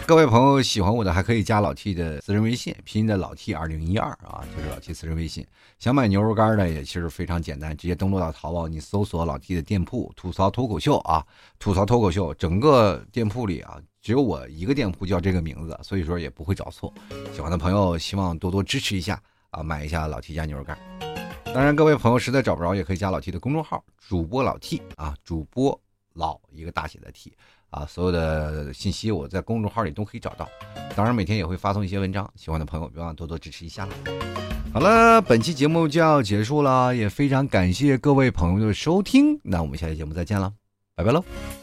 各位朋友喜欢我的还可以加老 T 的私人微信，拼音的老 T 2012啊，就是老 T 私人微信。想买牛肉干的也其实非常简单，直接登录到淘宝，你搜索老 T 的店铺吐槽脱口秀啊，吐槽脱口秀，整个店铺里啊只有我一个店铺叫这个名字，所以说也不会找错。喜欢的朋友希望多多支持一下啊，买一下老 T 家牛肉干。当然各位朋友实在找不着也可以加老 T 的公众号主播老 T 啊，主播老一个大写的 T 啊，所有的信息我在公众号里都可以找到。当然每天也会发送一些文章，喜欢的朋友别忘了多多支持一下了。好了，本期节目就要结束了，也非常感谢各位朋友的收听，那我们下期节目再见了，拜拜喽。